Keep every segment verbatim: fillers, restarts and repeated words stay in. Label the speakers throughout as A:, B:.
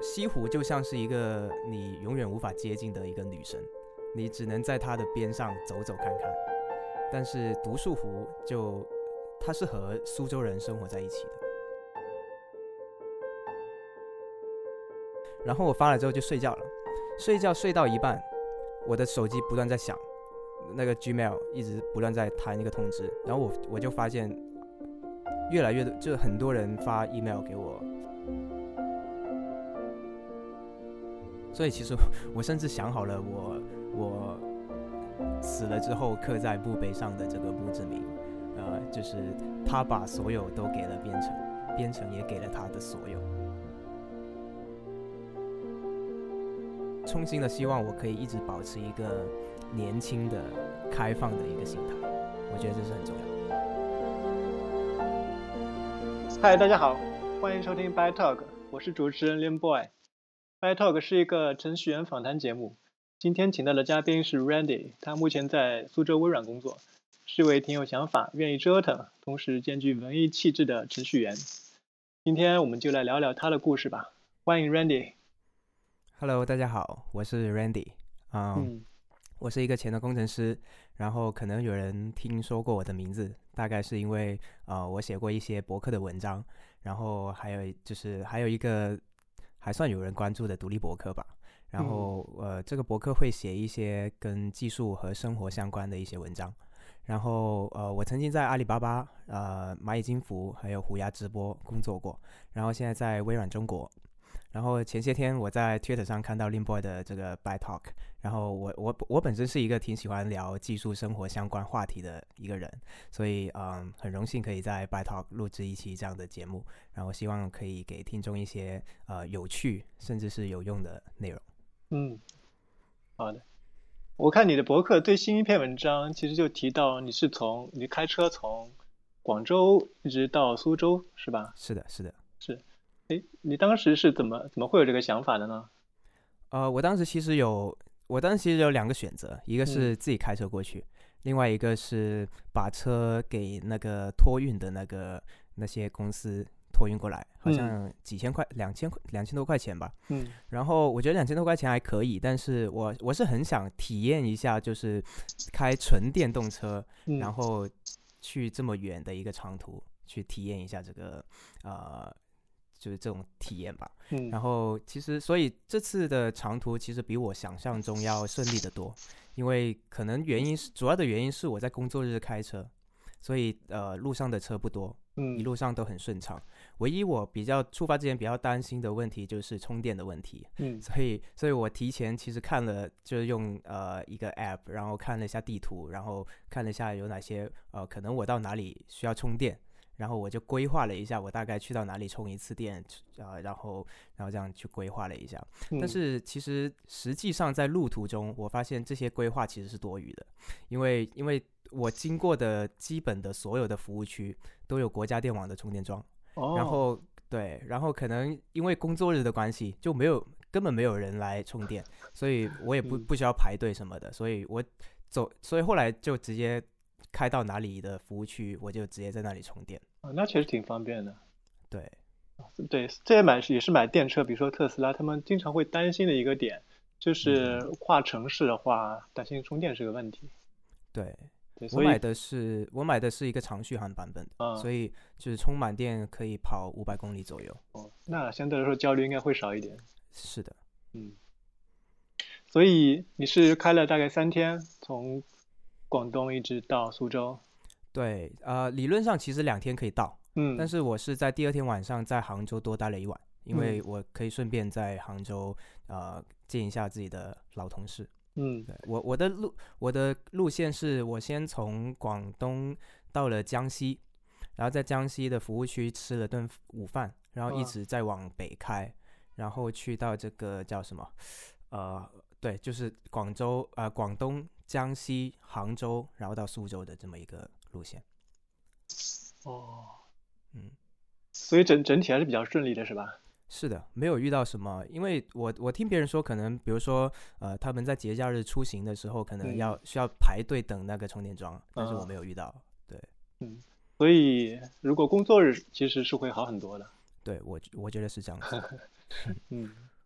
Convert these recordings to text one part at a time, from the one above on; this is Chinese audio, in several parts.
A: 西湖就像是一个你永远无法接近的一个女神，你只能在她的边上走走看看。但是独墅湖就它是和苏州人生活在一起的。然后我发了之后就睡觉了，睡觉睡到一半，我的手机不断在响，那个 Gmail 一直不断在弹一个通知，然后我我就发现越来越多，就很多人发 email 给我，所以其实我甚至想好了我我死了之后刻在墓碑上的这个墓志铭，呃，就是他把所有都给了编程，编程也给了他的所有。衷心的希望我可以一直保持一个年轻的、开放的一个心态，我觉得这是很重
B: 要。嗨，大家好，欢迎收听 ByTalk， 我是主持人 Limboy。ByTalk 是一个程序员访谈节目，今天请到的嘉宾是 Randy， 他目前在苏州微软工作，是一位挺有想法、愿意折腾，同时兼具文艺气质的程序员。今天我们就来聊聊他的故事吧，欢迎 Randy。
A: Hello， 大家好，我是 Randy，嗯，
B: 嗯
A: 我是一个前端工程师，然后可能有人听说过我的名字，大概是因为呃我写过一些博客的文章，然后还有就是还有一个还算有人关注的独立博客吧，然后、嗯、呃这个博客会写一些跟技术和生活相关的一些文章，然后呃我曾经在阿里巴巴、呃蚂蚁金服还有虎牙直播工作过，然后现在在微软中国。然后前些天我在 Twitter 上看到 Limboy 的这个 ByTalk， 然后我我我本身是一个挺喜欢聊技术生活相关话题的一个人，所以嗯很荣幸可以在 ByTalk 录制一期这样的节目，然后希望可以给听众一些呃有趣甚至是有用的内容。
B: 嗯，好的。我看你的博客最新一篇文章其实就提到你是从你开车从广州一直到苏州是吧？
A: 是的，是的，
B: 是。诶，你当时是怎么怎么会有这个想法的呢？
A: 呃，我当时其实有，我当时其实有两个选择，一个是自己开车过去，嗯、另外一个是把车给那个托运的那个那些公司托运过来，好像几千块，两千块，两千多块钱吧。
B: 嗯。
A: 然后我觉得两千多块钱还可以，但是我我是很想体验一下，就是开纯电动车，
B: 嗯、
A: 然后去这么远的一个长途，去体验一下这个呃。就是这种体验吧，
B: 嗯，
A: 然后其实所以这次的长途其实比我想象中要顺利得多，因为可能原因是主要的原因是我在工作日开车，所以呃路上的车不多，
B: 嗯，
A: 一路上都很顺畅。唯一我比较出发之前比较担心的问题就是充电的问题，
B: 嗯，
A: 所以所以我提前其实看了，就是用呃一个 app， 然后看了一下地图，然后看了一下有哪些呃可能我到哪里需要充电。然后我就规划了一下，我大概去到哪里充一次电，呃，然后然后这样去规划了一下。
B: 嗯、
A: 但是其实实际上在路途中，我发现这些规划其实是多余的，因为因为我经过的基本的所有的服务区都有国家电网的充电桩，
B: 哦、
A: 然后对，然后可能因为工作日的关系，就没有根本没有人来充电，所以我也不不需要排队什么的，所以我走，所以后来就直接。开到哪里的服务区，我就直接在那里充电。
B: 哦，那确实挺方便的。
A: 对，
B: 对，这也买也是买电车，比如说特斯拉，他们经常会担心的一个点，就是跨城市的话，嗯、担心充电是个问题。
A: 对，
B: 对，
A: 我买的是我买的是一个长续航版本的，嗯、所以就是充满电可以跑五百公里左右。
B: 哦，那相对来说焦虑应该会少一点。
A: 是的，
B: 嗯。所以你是开了大概三天，从广东一直到苏州。
A: 对，呃，理论上其实两天可以到，
B: 嗯，
A: 但是我是在第二天晚上在杭州多待了一晚，因为我可以顺便在杭州呃见一下自己的老同事。
B: 嗯，
A: 对，我我的路我的路线是我先从广东到了江西，然后在江西的服务区吃了顿午饭，然后一直再往北开，然后去到这个叫什么，呃，对，就是广州呃广东。江西、杭州，然后到苏州的这么一个路线。
B: 哦，
A: 嗯，
B: 所以整整体还是比较顺利的，是吧？
A: 是的，没有遇到什么，因为我我听别人说，可能比如说呃，他们在节假日出行的时候，可能要、嗯、需要排队等那个充电桩，但是我没有遇到。嗯、对，
B: 嗯，所以如果工作日其实是会好很多的。
A: 对我我觉得是这样子。
B: 嗯，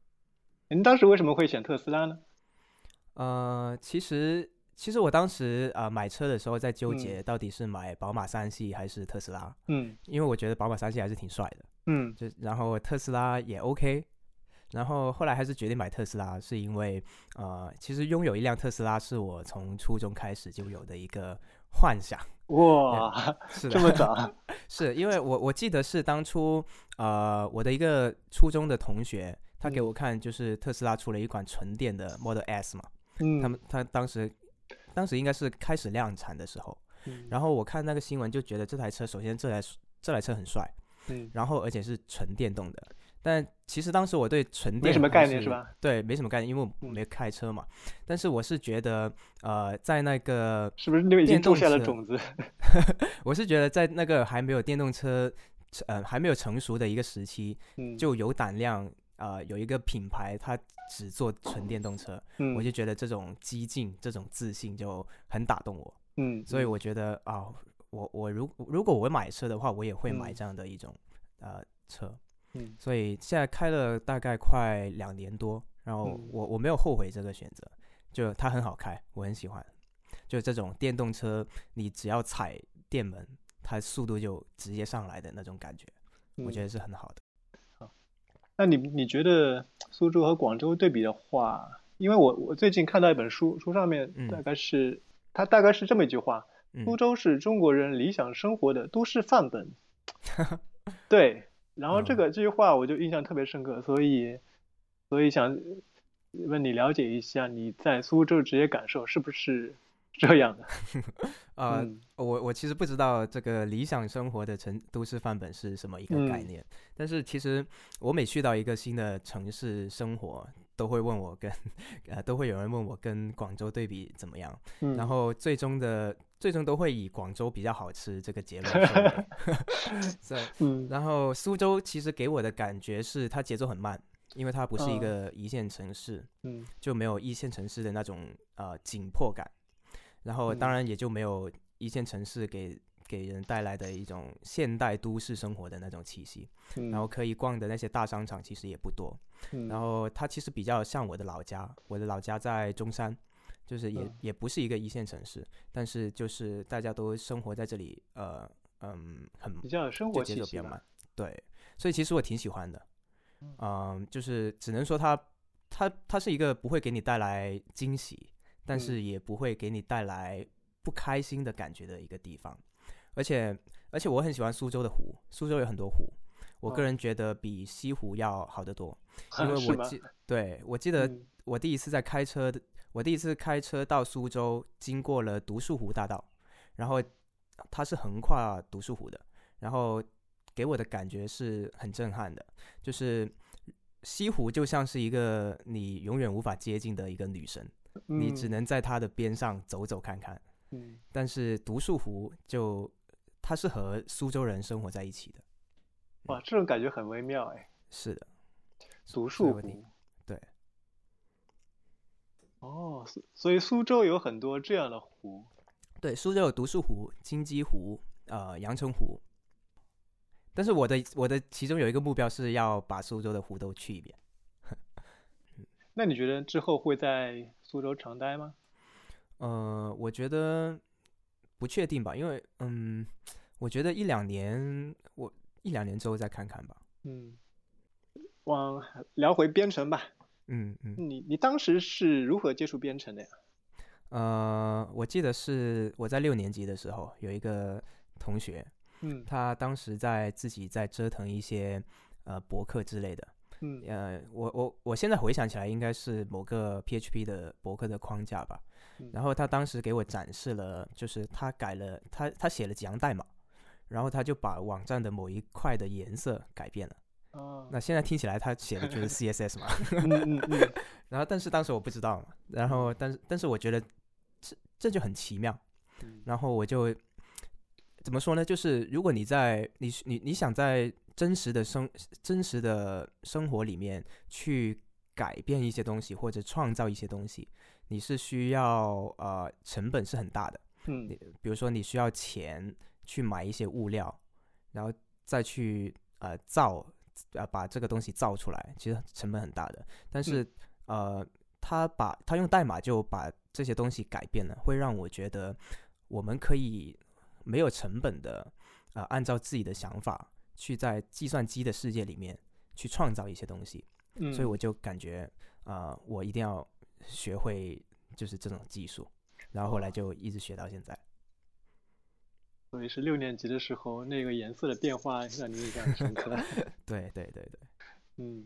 B: 您当时为什么会选特斯拉呢？
A: 呃，其实其实我当时啊、呃买车的时候在纠
B: 嗯
A: 结到底是买宝马三系还是特斯拉，
B: 嗯
A: 因为我觉得宝马三系还是挺帅的，
B: 嗯
A: 就然后特斯拉也 OK，然后后来还是决定买特斯拉，是因为呃，其实拥有一辆特斯拉是我从初中开始就有的一个幻想。也
B: 哇，
A: 是的，
B: 这么早？
A: 是因为我我记得是当初呃我的一个初中的同学，他给我
B: 嗯
A: 看就是特斯拉出了一款纯电的 Model S 嘛，他
B: 嗯
A: 们他当时当时应该是开始量产的时候，
B: 嗯
A: 然后我看那个新闻就觉得这台车首先这台这台车很帅，
B: 嗯，
A: 然后而且是纯电动的。但其实当时我对纯电
B: 没什么
A: 还是
B: 概念是吧？
A: 对没什么概念，因为我
B: 嗯，
A: 没开车嘛。但是我是觉得，呃，在那个
B: 是不是你已经
A: 电
B: 种
A: 动车，
B: 下了种子？
A: 我是觉得在那个还没有电动车，呃，还没有成熟的一个时期，
B: 嗯
A: 就有胆量，呃，有一个品牌它只做纯电动车，我就
B: 嗯
A: 觉得这种激进、这种自信就很打动我。所以
B: 嗯嗯
A: 我觉得啊，我我如如果我买车的话，我也会买
B: 嗯
A: 这样的一种呃车。
B: 嗯
A: 所以现在开了大概快两年多，然后
B: 嗯，
A: 我我没有后悔这个选择，就它很好开，我很喜欢。就这种电动车，你只要踩电门，它速度就直接上来的那种感觉，我觉
B: 嗯，
A: 得是很好的。
B: 好。那你你觉得苏州和广州对比的话，因为我我最近看到一本书，书上面
A: 嗯
B: 大概是它大概是这么一句话：苏
A: 嗯
B: 州是中国人理想生活的都市范本。对，然后这
A: 嗯。
B: 个这句话我就印象特别深刻，所以所以想问你了解一下你在苏州职业感受是不是这样的？
A: 呃，
B: 嗯
A: 我我其实不知道这个理想生活的城都市范本是什么一个概
B: 嗯
A: 念，但是其实我每去到一个新的城市生活，都会问我跟呃都会有人问我跟广州对比怎么样，然
B: 嗯，
A: 后最终的最终都会以广州比较好吃这个结论收尾。所以，
B: 嗯
A: 然后苏州其实给我的感觉是它节奏很慢，因为它不是一
B: 嗯
A: 个一线城市，
B: 嗯
A: 就没有一线城市的那种呃紧迫感。然后当
B: 嗯
A: 然也就没有一线城市给给人带来的一种现代都市生活的那种气息。然后
B: 嗯
A: 可以逛的那些大商场其实也不多。然
B: 嗯
A: 后它其实比较像我的老家，我的老家在中山，就是也
B: 嗯，
A: 也不是一个一线城市，但是就是大家都生活在这里，呃嗯，很
B: 比较有生
A: 就
B: 活气息吧。
A: 节奏比较慢，对，所以其实我挺喜欢的。
B: 嗯
A: 嗯，就是只能说它它它是一个不会给你带来惊喜，但
B: 嗯
A: 是也不会给你带来不开心的感觉的一个地方。而且而且我很喜欢苏州的湖，苏州有很多湖，我个
B: 哦，
A: 人觉得比西湖要好得多。因为
B: 是吗？
A: 我记对我记得
B: 嗯
A: 我第一次在开车的，我第一次开车到苏州，经过了独墅湖大道，然后它是横跨独墅湖的，然后给我的感觉是很震撼的，就是西湖就像是一个你永远无法接近的一个女神，你只
B: 嗯
A: 能在它的边上走走看看。
B: 嗯，
A: 但是独墅湖就它是和苏州人生活在一起的。嗯，
B: 哇，这种感觉很微妙哎。
A: 是的，
B: 独
A: 所以我挺
B: 墅湖。
A: 对。
B: 哦，所所以苏州有很多这样的湖。
A: 对，苏州有独墅湖、金鸡湖、呃阳澄湖，但是我的我的其中有一个目标是要把苏州的湖都去一遍。
B: 那你觉得之后会在苏州常待吗？
A: 呃，我觉得不确定吧，因为嗯，我觉得一两年，我一两年之后再看看吧。
B: 嗯，往聊回编程吧。
A: 嗯嗯。
B: 你你当时是如何接触编程的呀？
A: 呃，我记得是我在六年级的时候，有一个同学，
B: 嗯
A: 他当时在自己在折腾一些呃博客之类的。
B: 嗯
A: 呃，我我我现在回想起来，应该是某个 P H P 的博客的框架吧。
B: 嗯
A: 然后他当时给我展示了，就是他改了，他他写了几行代码，然后他就把网站的某一块的颜色改变了。
B: 啊
A: 那现在听起来他写的就是 C S S 嘛。
B: 嗯嗯嗯
A: 然后但是当时我不知道嘛，然后但是但是我觉得这这就很奇妙。
B: 嗯
A: 然后我就怎么说呢？就是如果你在你你你想在真实的生真实的生活里面去改变一些东西或者创造一些东西，你是需要呃成本是很大的。
B: 嗯
A: 你比如说你需要钱去买一些物料，然后再去呃造呃把这个东西造出来，其实成本很大的。但是、嗯、呃，他把他用代码就把这些东西改变了，会让我觉得我们可以没有成本的呃按照自己的想法去在计算机的世界里面去创造一些东西。
B: 嗯，
A: 所以我就感觉呃我一定要学会就是这种技术，然后后来就一直学到现在。
B: 所以是六年级的时候，那个颜色的变化让你印象深刻。
A: 对对对对。
B: 嗯，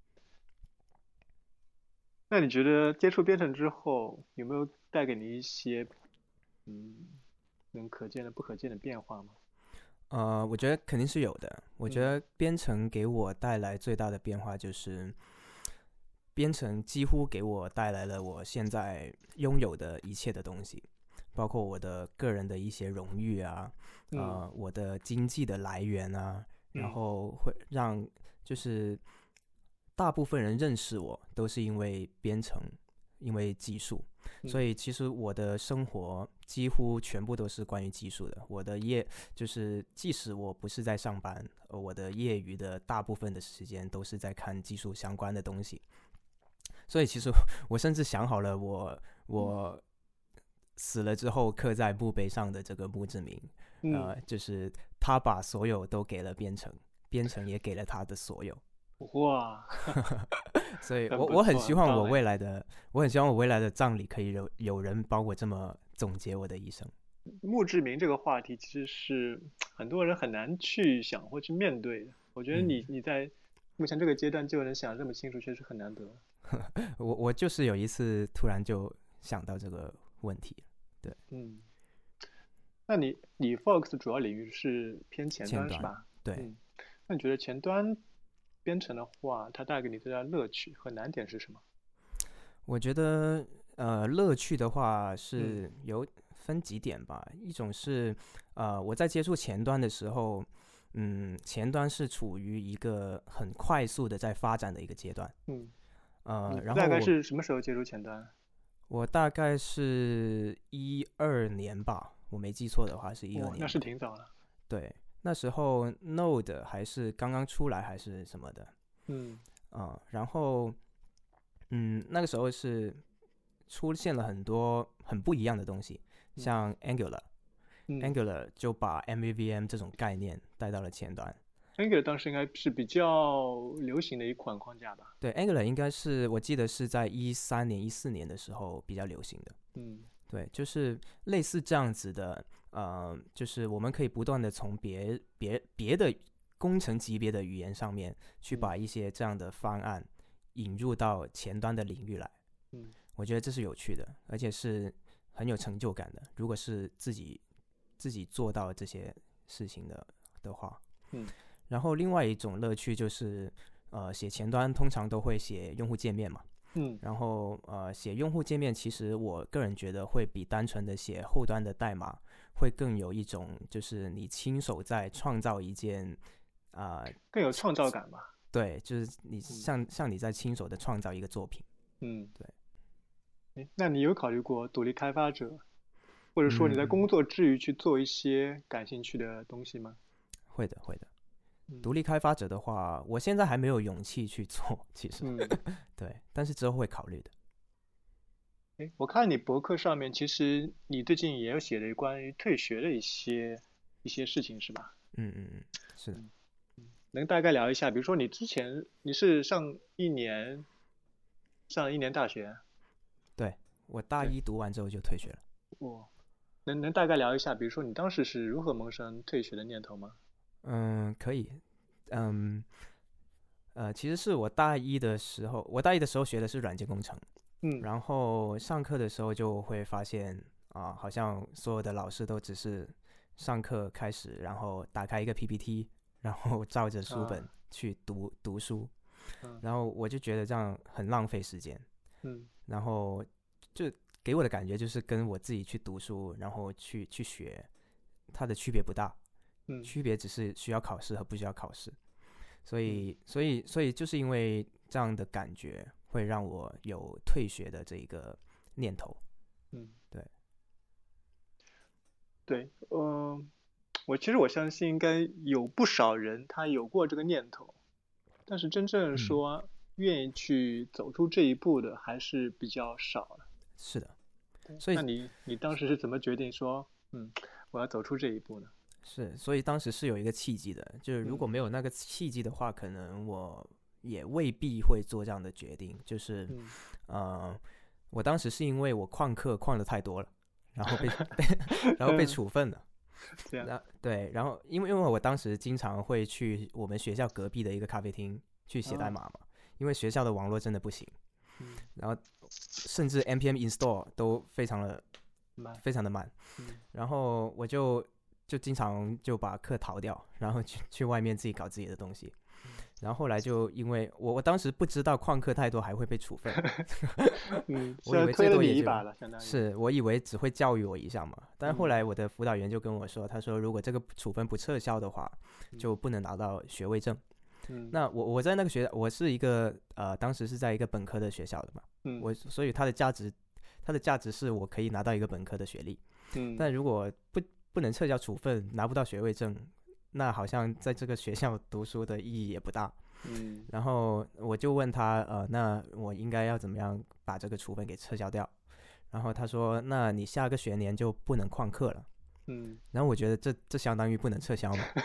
B: 那你觉得接触编程之后，有没有带给你一些嗯能可见的、不可见的变化吗？
A: 呃，我觉得肯定是有的。我觉
B: 嗯
A: 得编程给我带来最大的变化就是，编程几乎给我带来了我现在拥有的一切的东西，包括我的个人的一些荣誉啊，呃，
B: 嗯
A: 我的经济的来源啊，然
B: 嗯
A: 后会让就是大部分人认识我都是因为编程，因为技术。所
B: 嗯
A: 以其实我的生活几乎全部都是关于技术的。我的业就是即使我不是在上班，呃我的业余的大部分的时间都是在看技术相关的东西。所以其实我甚至想好了我我死了之后刻在墓碑上的这个墓志铭，
B: 嗯，
A: 呃，就是他把所有都给了编程，编程也给了他的所有。
B: 哇，
A: 所以
B: 很不
A: 我我很
B: 错，
A: 希望我
B: 很棒哎。
A: 未来的我很希望我未来的葬礼可以有有人帮我这么总结我的一生。
B: 墓志铭这个话题其实是很多人很难去想或去面对的。我觉得
A: 嗯，
B: 你你在目前这个阶段就能想这么清楚，确实很难得。
A: 我我就是有一次突然就想到这个问题。对，
B: 嗯，那你你 Fox 主要领域是偏前
A: 前端。
B: 端是吧？
A: 对，
B: 嗯，那你觉得前端编程的话，它带给你最大的乐趣和难点是什么？
A: 我觉得呃乐趣的话
B: 嗯
A: 是有分几点吧。一种是呃我在接触前端的时候，嗯，前端是处于一个很快速的在发展的一个阶段。
B: 嗯，
A: 呃，
B: 你大概
A: 然后我
B: 是什么时候接触前端？
A: 我大概是一二年吧，我没记错的话是一二
B: 哇，那是
A: 年的。
B: 挺早了。
A: 对，那时候 Node 还是刚刚出来还是什么的。
B: 嗯
A: 啊、然后嗯，那个时候是出现了很多很不一样的东西，
B: 嗯
A: 像 Angular，Angular
B: 嗯
A: 就把 M V V M 这种概念带到了前端。
B: ，Angular 当时应该是比较流行的一款框架吧？
A: 对，Angular 应该是我记得是在一三年、一四年的时候比较流行的。
B: 嗯
A: 对，就是类似这样子的，呃，就是我们可以不断的从别别别的工程级别的语言上面去
B: 嗯
A: 把一些这样的方案引入到前端的领域来。
B: 嗯
A: 我觉得这是有趣的，而且是很有成就感的。如果是自己自己做到这些事情的的话。
B: 嗯
A: 然后另外一种乐趣就是，呃，写前端通常都会写用户界面嘛。
B: 嗯
A: 然后呃，写用户界面，其实我个人觉得会比单纯的写后端的代码会更有一种，就是你亲手在创造一件啊、呃
B: 更有创造感吧？
A: 对，就是你
B: 嗯
A: 像像你在亲手的创造一个作品。
B: 嗯，
A: 对。
B: 诶那你有考虑过独立开发者，或者说你在工
A: 嗯，
B: 作之余去做一些感兴趣的东西吗？
A: 会的会的。
B: 嗯
A: 独立开发者的话，我现在还没有勇气去做，其实。
B: 嗯，
A: 对，但是之后会考虑的。
B: 诶，我看你博客上面，其实你最近也有写了关于退学的一些一些事情，是吧？
A: 嗯嗯嗯，是的。
B: 嗯能大概聊一下，比如说你之前你是上一年上了一年大学，
A: 对，我大
B: 对，
A: 一读完之后就退学了。
B: 我能能大概聊一下，比如说你当时是如何萌生退学的念头吗？
A: 嗯，可以。嗯，呃，其实是我大一的时候，我大一的时候学的是软件工程。
B: 嗯
A: 然后上课的时候就会发现啊，好像所有的老师都只是上课开始，然后打开一个 P P T，然后照着书本
B: 啊
A: 去读读书。
B: 嗯
A: 然后我就觉得这样很浪费时间。
B: 嗯
A: 然后就给我的感觉就是跟我自己去读书，然后去去学，它的区别不大，
B: 嗯
A: 区别只是需要考试和不需要考试。所
B: 嗯
A: 以，所以，所以就是因为这样的感觉，会让我有退学的这一个念头。
B: 嗯，
A: 对。
B: 对，嗯、我其实我相信应该有不少人他有过这个念头， 但是真正
A: 嗯，
B: 说愿意去走出这一步的还是比较少的。
A: 是的，
B: 对，
A: 所以
B: 那你你当时是怎么决定说，嗯，我要走出这一步呢？
A: 是，所以当时是有一个契机的，就是如果
B: 嗯
A: 没有那个契机的话，可能我也未必会做这样的决定。就是，
B: 嗯
A: 呃，我当时是因为我旷课旷的太多了，然后被被然后被
B: 嗯，
A: 处分了。
B: 这样，
A: 那对，然后因为因为我当时经常会去我们学校隔壁的一个咖啡厅去写代
B: 啊，
A: 码嘛，因为学校的网络真的不行，
B: 嗯，
A: 然后甚至 npm install 都非常的
B: 慢，
A: 非常的慢，
B: 嗯
A: 然后我就就经常就把课逃掉，然后去去外面自己搞自己的东西。
B: 嗯
A: 然后后来就因为我我当时不知道旷课太多还会被处分，
B: 嗯，
A: 我以为
B: 虽然推了
A: 最多也就
B: 你一把了，相当于，
A: 是我以为只会教育我一下嘛，但是后
B: 嗯
A: 来我的辅导员就跟我说，他说如果这个处分不撤销的话，
B: 嗯
A: 就不能拿到学位证。
B: 嗯
A: 那我我在那个学我是一个呃当时是在一个本科的学校的嘛，
B: 嗯
A: 我所以它的价值它的价值是我可以拿到一个本科的学历，
B: 嗯
A: 但如果不不能撤销处分，拿不到学位证，那好像在这个学校读书的意义也不大。
B: 嗯
A: 然后我就问他，呃，那我应该要怎么样把这个处分给撤销掉？然后他说，那你下个学年就不能旷课了。
B: 嗯
A: 然后我觉得这这相当于不能撤销嘛，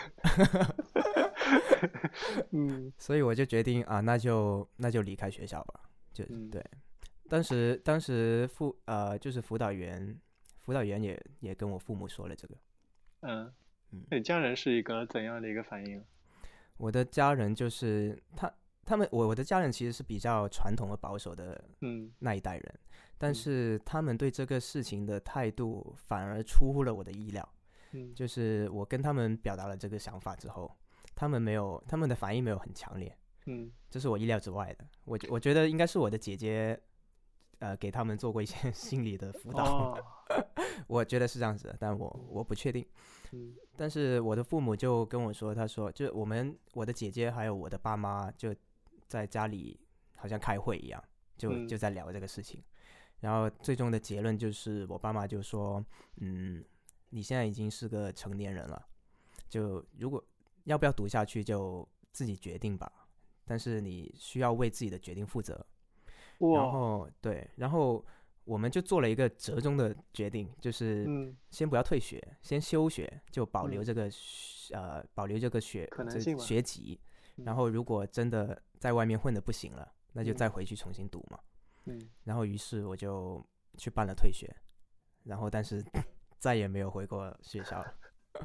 B: 嗯
A: 所以我就决定啊，那就那就离开学校吧。就
B: 嗯
A: 对，当时当时辅呃就是辅导员，辅导员也也跟我父母说了这个。
B: 嗯，
A: 嗯，
B: 那你家人是一个怎样的一个反应？
A: 我的家人就是他他们我我的家人其实是比较传统和保守的
B: 嗯
A: 那一代人，但
B: 嗯
A: 是他们对这个事情的态度反而出乎了我的意料。
B: 嗯
A: 就是我跟他们表达了这个想法之后，他们没有他们的反应没有很强烈，
B: 嗯，
A: 这是我意料之外的。我觉我觉得应该是我的姐姐，呃，给他们做过一些心理的辅导，
B: 哦，
A: 我觉得是这样子的，但我
B: 嗯
A: 我不确定。
B: 嗯
A: 但是我的父母就跟我说，他说，就我们我的姐姐还有我的爸妈就在家里好像开会一样，就就
B: 嗯
A: 在聊这个事情。然后最终的结论就是，我爸妈就说，嗯，你现在已经是个成年人了，就如果要不要读下去就自己决定吧，但是你需要为自己的决定负责。然
B: 哇，
A: 后对，然后我们就做了一个折中的决定，就是
B: 嗯
A: 先不要退学，先休学，就保留
B: 嗯，
A: 这个学呃保留这个学这
B: 可能性嘛，
A: 学籍，然
B: 嗯
A: 后如果真的在外面混的不行了，那就再
B: 嗯
A: 回去重新读嘛。
B: 嗯
A: 然后于是我就去办了退学，然后但是再也没有回过学校了。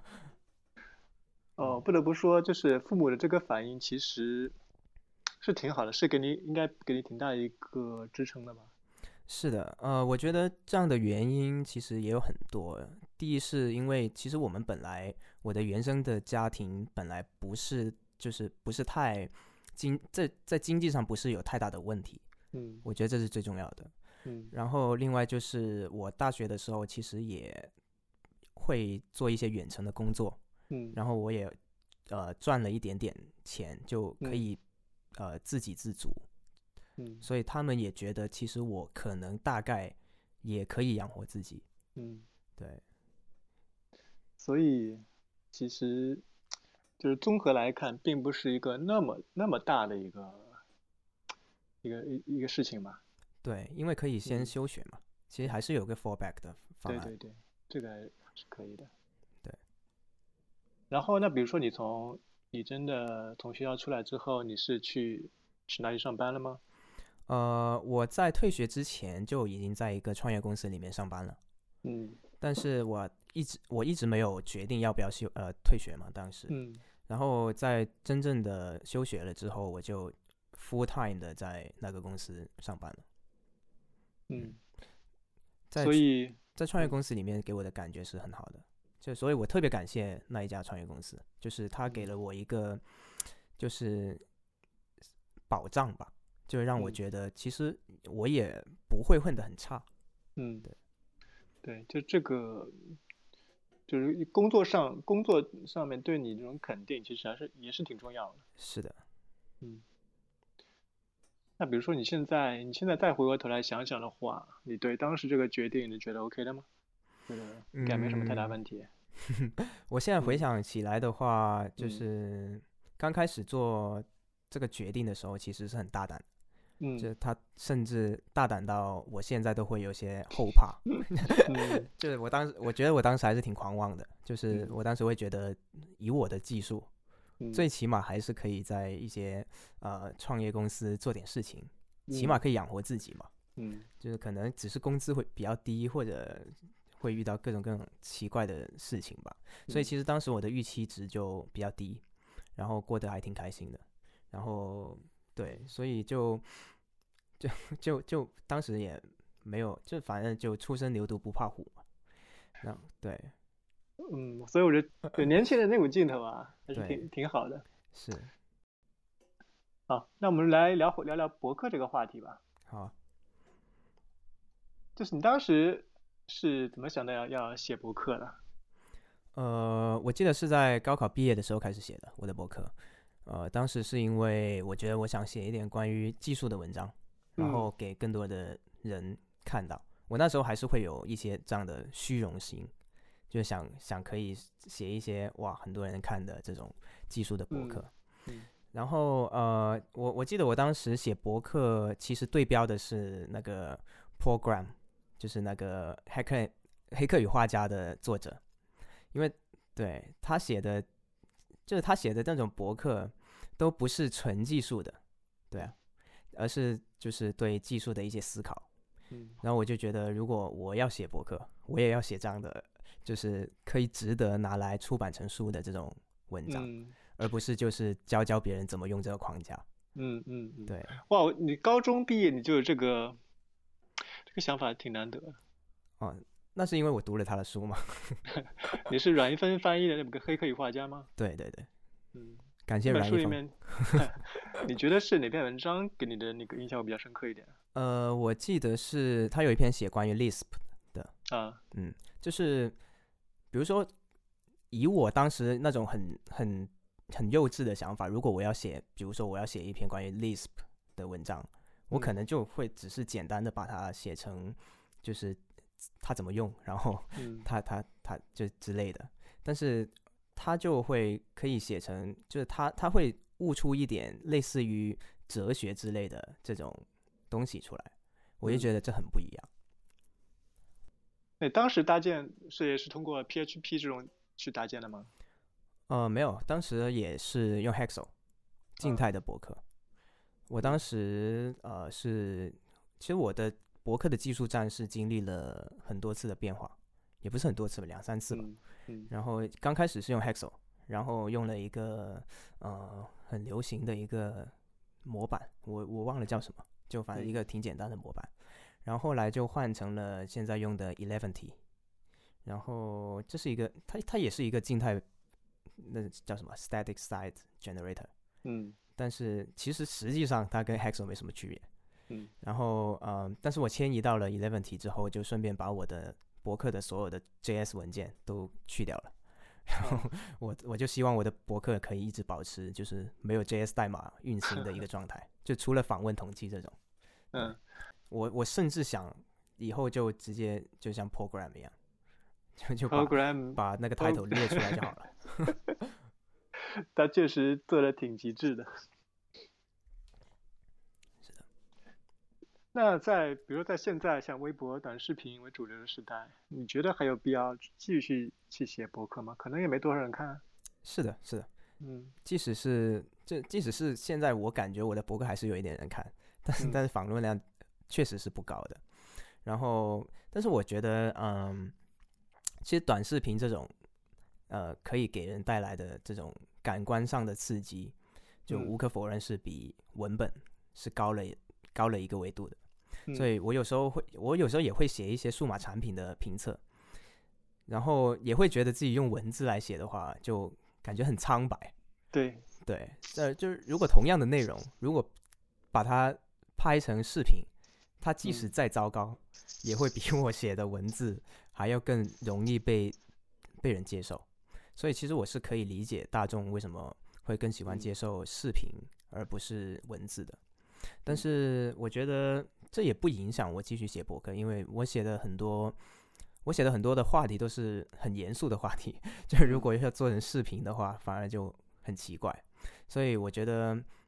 B: 哦，
A: 嗯，
B: 不得不说，就是父母的这个反应其实是挺好的，是给你应该给你挺大一个支撑的吧？
A: 是的，呃，我觉得这样的原因其实也有很多。第一是因为其实我们本来我的原生的家庭本来不是就是不是太经在在经济上不是有太大的问题，
B: 嗯
A: 我觉得这是最重要的。
B: 嗯
A: 然后另外就是我大学的时候其实也会做一些远程的工作，
B: 嗯
A: 然后我也呃赚了一点点钱，就可
B: 嗯
A: 以呃自给自足，
B: 嗯
A: 所以他们也觉得其实我可能大概也可以养活自己。
B: 嗯，
A: 对，
B: 所以其实就是综合来看，并不是一个那么那么大的一个一个一一个事情吧？
A: 对，因为可以先
B: 嗯，
A: 休学嘛，其实还是有个 fallback 的方案。
B: 对对对，这个是可以的。
A: 对，
B: 然后那比如说你从你真的从学校出来之后，你是去去哪里上班了吗？
A: 呃，我在退学之前就已经在一个创业公司里面上班了，
B: 嗯
A: 但是我一直我一直没有决定要不要休呃退学嘛，当时。
B: 嗯
A: 然后在真正的休学了之后，我就 full time 的在那个公司上班了。嗯，
B: 嗯，
A: 在
B: 所以
A: 在创业
B: 嗯
A: 公司里面给我的感觉是很好的，就所以我特别感谢那一家创业公司，就是他给
B: 嗯
A: 了我一个就是保障吧，就让我
B: 嗯
A: 觉得其实我也不会混得很差。
B: 嗯，
A: 对，
B: 对，就这个就是工作上工作上面对你这种肯定，其实还是也是挺重要的。
A: 是的，
B: 嗯，那比如说你现在你现在再回过头来想想的话，你对当时这个决定你觉得 OK 的吗？觉得应该没什么太大
A: 嗯，
B: 问题。
A: 我现在回
B: 嗯
A: 想起来的话，就
B: 嗯
A: 是刚开始做这个决定的时候，其实是很大胆的。
B: 嗯，
A: 就他甚至大胆到我现在都会有些后怕。
B: 嗯
A: 就是我当时，我觉得我当时还是挺狂妄的，就是
B: 嗯
A: 我当时会觉得，以我的技术，
B: 嗯
A: 最起码还是可以在一些呃创业公司做点事情，起
B: 嗯
A: 码可以养活自己嘛。
B: 嗯
A: 就是可能只是工资会比较低，或者会遇到各种各种奇怪的事情吧。所以其实当时我的预期值就比较低，然后过得还挺开心的。然后对，所以就就就就当时也没有，就反正就初生牛犊不怕虎嘛。那对
B: 嗯，所以我觉得对年轻人那股劲头啊，还是
A: 对
B: 挺挺好的。
A: 是
B: 好，那我们来聊会聊聊博客这个话题吧。
A: 好啊。
B: 就是你当时是怎么想到要要写博客的？
A: 呃，我记得是在高考毕业的时候开始写的我的博客。呃，当时是因为我觉得我想写一点关于技术的文章，然后给更多的人看到。我那时候还是会有一些这样的虚荣心，就想想可以写一些哇很多人看的这种技术的博客。
B: 嗯嗯
A: 然后呃，我我记得我当时写博客，其实对标的是那个 Program，就是那个黑客黑客与画家的作者，因为对他写的，就是他写的那种博客都不是纯技术的，对啊，而是就是对技术的一些思考。
B: 嗯
A: 然后我就觉得，如果我要写博客，我也要写这样的，就是可以值得拿来出版成书的这种文章，
B: 嗯
A: 而不是就是教教别人怎么用这个框架。
B: 嗯嗯嗯，
A: 对，
B: 哇，你高中毕业你就有这个这个想法，挺难得的。
A: 哦，那是因为我读了他的书嘛。
B: 你是阮一芬翻译的那个《黑客与画家》吗？
A: 对对对，
B: 嗯，
A: 感谢
B: 那本
A: 阮一峰。
B: 书里面，你觉得是哪篇文章给你的那个印象会比较深刻一点？
A: 呃，我记得是他有一篇写关于 Lisp 的，
B: 啊，
A: 嗯，就是比如说以我当时那种很很很幼稚的想法，如果我要写，比如说我要写一篇关于 Lisp 的文章，我可能就会只是简单的把它写成就是它怎么用，然后
B: 嗯
A: 它它它就之类的，但是它就会可以写成，就是它它会悟出一点类似于哲学之类的这种东西出来，我就觉得这很不一样。
B: 那当时搭建是也是通过 P H P 这种去搭建的吗？
A: 呃，没有，当时也是用 Hexel 静态的博客。我当时呃是，其实我的博客的技术栈是经历了很多次的变化，也不是很多次吧，两三次吧。
B: 嗯嗯
A: 然后刚开始是用 Hexel，然后用了一个呃很流行的一个模板，我我忘了叫什么，就反正一个挺简单的模板。然后后来就换成了现在用的 Eleventy， 然后这是一个它它也是一个静态，那叫什么 Static Site Generator，
B: 嗯
A: 但是其实实际上它跟 Hexel 没什么区别。
B: 嗯
A: 然后呃，但是我迁移到了 Eleventy 之后，就顺便把我的博客的所有的 J S 文件都去掉了。然后我我就希望我的博客可以一直保持就是没有 J S 代码运行的一个状态，就除了访问统计这种。
B: 嗯，
A: 我我甚至想以后就直接就像 program 一样，就就把
B: program
A: 把那个 title 列出来就好了。
B: 他确实做的挺极致的。
A: 是的。
B: 那在比如在现在像微博、短视频为主流的时代，你觉得还有必要继续去写博客吗？可能也没多少人看。
A: 是的，是的。
B: 嗯
A: 即使是这，即使是现在，我感觉我的博客还是有一点人看，但是、
B: 嗯
A: 但是访问量确实是不高的。然后，但是我觉得，嗯，其实短视频这种，呃，可以给人带来的这种感官上的刺激，就
B: 嗯
A: 无可否认是比文本是高了高了一个维度的。
B: 嗯
A: 所以我有时候会，我有时候也会写一些数码产品的评测，然后也会觉得自己用文字来写的话，就感觉很苍白。
B: 对，
A: 对，呃，就是如果同样的内容，如果把它拍成视频，它即使
B: 嗯
A: 再糟糕，也会比我写的文字还要更容易被被人接受。所以其实我是可以理解大众为什么会更喜欢接受视频而不是文字的。但是我觉得这也不影响我继续写博客，因为我写的很多，我写的很多的话题都是很严肃的话题，就如果要做成视频的话，反而就很奇怪。所以我觉得，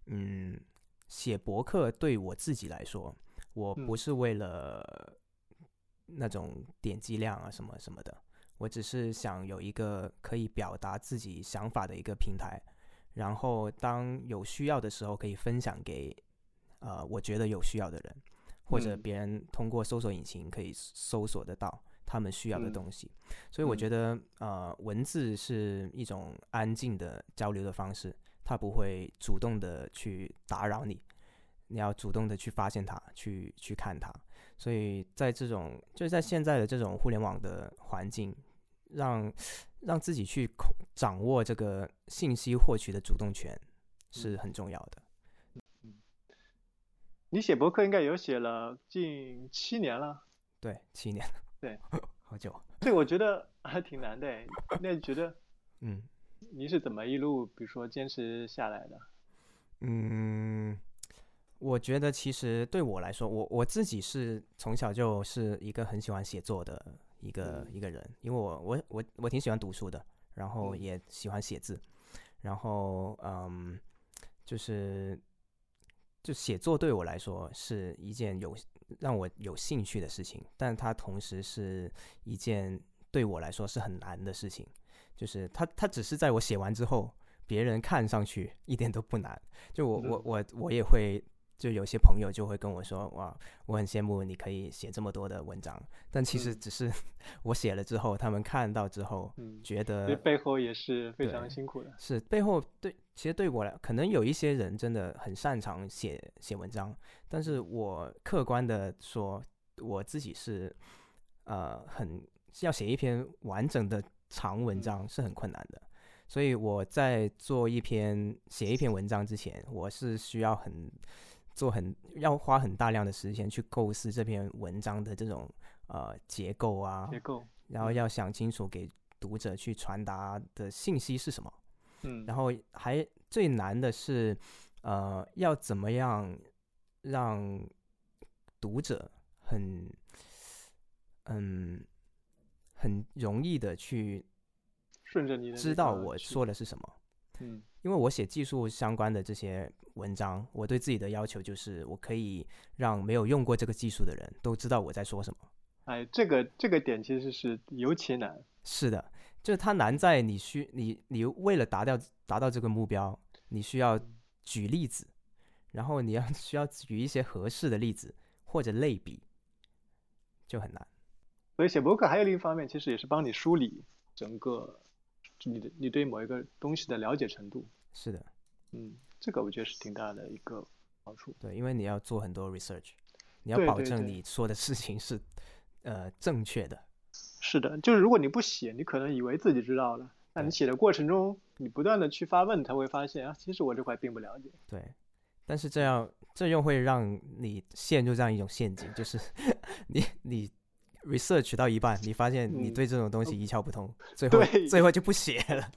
A: 嗯，写博客对我自己来说，我不是为了那种点击量啊什么什么的，我只是想有一个可以表达自己想法的一个平台，然后当有需要的时候可以分享给呃我觉得有需要的人，或者别人通过搜索引擎可以搜索得到他们需要的东西。嗯、所以我觉得呃文字是一种安静的交流的方式，它不会主动的去打扰你，你要主动的去发现它，去去看它。所以在这种就是在现在的这种互联网的环境，让让自己去掌握这个信息获取的主动权是很重要的。
B: 嗯，你写博客应该有写了近七年了。
A: 对，七年。
B: 对，
A: 好久。
B: 这个我觉得还挺难的。那你觉得，
A: 嗯，
B: 你是怎么一路比如说坚持下来的？
A: 嗯。我觉得其实对我来说，我我自己是从小就是一个很喜欢写作的一个、嗯、一个人，因为我我我我挺喜欢读书的，然后也喜欢写字，然后嗯，就是就写作对我来说是一件有让我有兴趣的事情，但它同时是一件对我来说是很难的事情，就是它它只是在我写完之后，别人看上去一点都不难，就我我我我也会。就有些朋友就会跟我说，哇，我很羡慕你可以写这么多的文章，但其实只是我写了之后，他们看到之后，嗯、觉得
B: 背后也是非常辛苦的。
A: 是背后对，其实对我来，可能有一些人真的很擅长写写文章，但是我客观的说，我自己是呃很要写一篇完整的长文章是很困难的。所以我在做一篇写一篇文章之前，我是需要很做很要花很大量的时间去构思这篇文章的这种呃结构啊，
B: 结构，
A: 然后要想清楚给读者去传达的信息是什么，嗯，然后还最难的是呃要怎么样让读者很嗯很容易的去
B: 顺着你的
A: 知道我说的是什么。嗯，因为我写技术相关的这些文章，我对自己的要求就是我可以让没有用过这个技术的人都知道我在说什么。
B: 哎，这个这个点其实是尤其难。
A: 是的，就是它难在你需你你为了达到达到这个目标，你需要举例子，然后你要需要举一些合适的例子或者类比，就很难。
B: 所以写博客还有另一方面，其实也是帮你梳理整个你的你对某一个东西的了解程度。
A: 是的，
B: 嗯，这个我觉得是挺大的一个好处。
A: 对，因为你要做很多 research， 你要保证你说的事情是呃正确的。
B: 是的，就是如果你不写，你可能以为自己知道了，那你写的过程中，你不断的去发问，才会发现啊，其实我这块并不了解。
A: 对，但是这样这又会让你陷入这样一种陷阱，就是你你 research 到一半，你发现你对这种东西一窍不通，嗯、最后最后就不写了。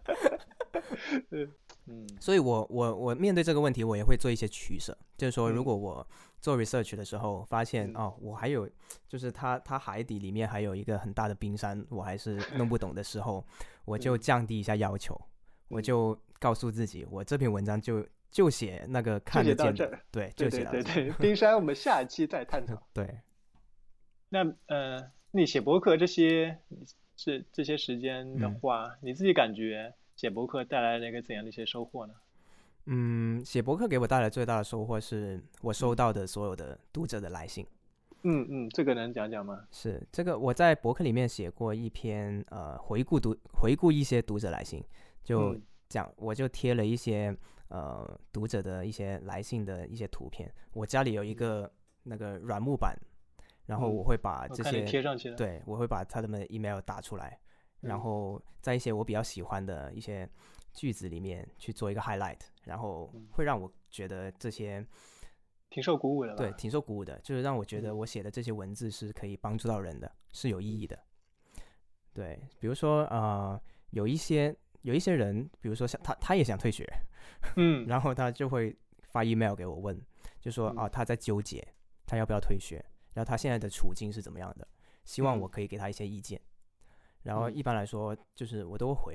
A: 嗯，所以我我我面对这个问题，我也会做一些取舍，就是说，如果我做 research 的时候发现、嗯、哦，我还有就是它它海底里面还有一个很大的冰山，我还是弄不懂的时候，我就降低一下要求，嗯、我就告诉自己，我这篇文章就就写那个看得见的，对，就写到这儿。
B: 对对对对，冰山我们下一期再探讨。
A: 对，
B: 那呃，你写博客这些这这些时间的话、嗯，你自己感觉写博客带来了一个怎样的一些收获呢？
A: 嗯，写博客给我带来最大的收获是我收到的所有的读者的来信。
B: 嗯嗯，这个能讲讲吗？
A: 是这个，我在博客里面写过一篇呃回顾读回顾一些读者来信，就讲、嗯、我就贴了一些呃读者的一些来信的一些图片。我家里有一个那个软木板，然后我会把这些、
B: 嗯、贴上去了。
A: 对，我会把他们的 email 打出来，然后在一些我比较喜欢的一些句子里面去做一个 highlight， 然后会让我觉得这些
B: 挺受鼓舞的吧？
A: 对，挺受鼓舞的，就是让我觉得我写的这些文字是可以帮助到人的，是有意义的。对，比如说呃，有一些有一些人，比如说像他他也想退学，嗯，然后他就会发 email 给我问，就说啊、呃、他在纠结他要不要退学，然后他现在的处境是怎么样的，希望我可以给他一些意见。然后一般来说就是我都会回嘛。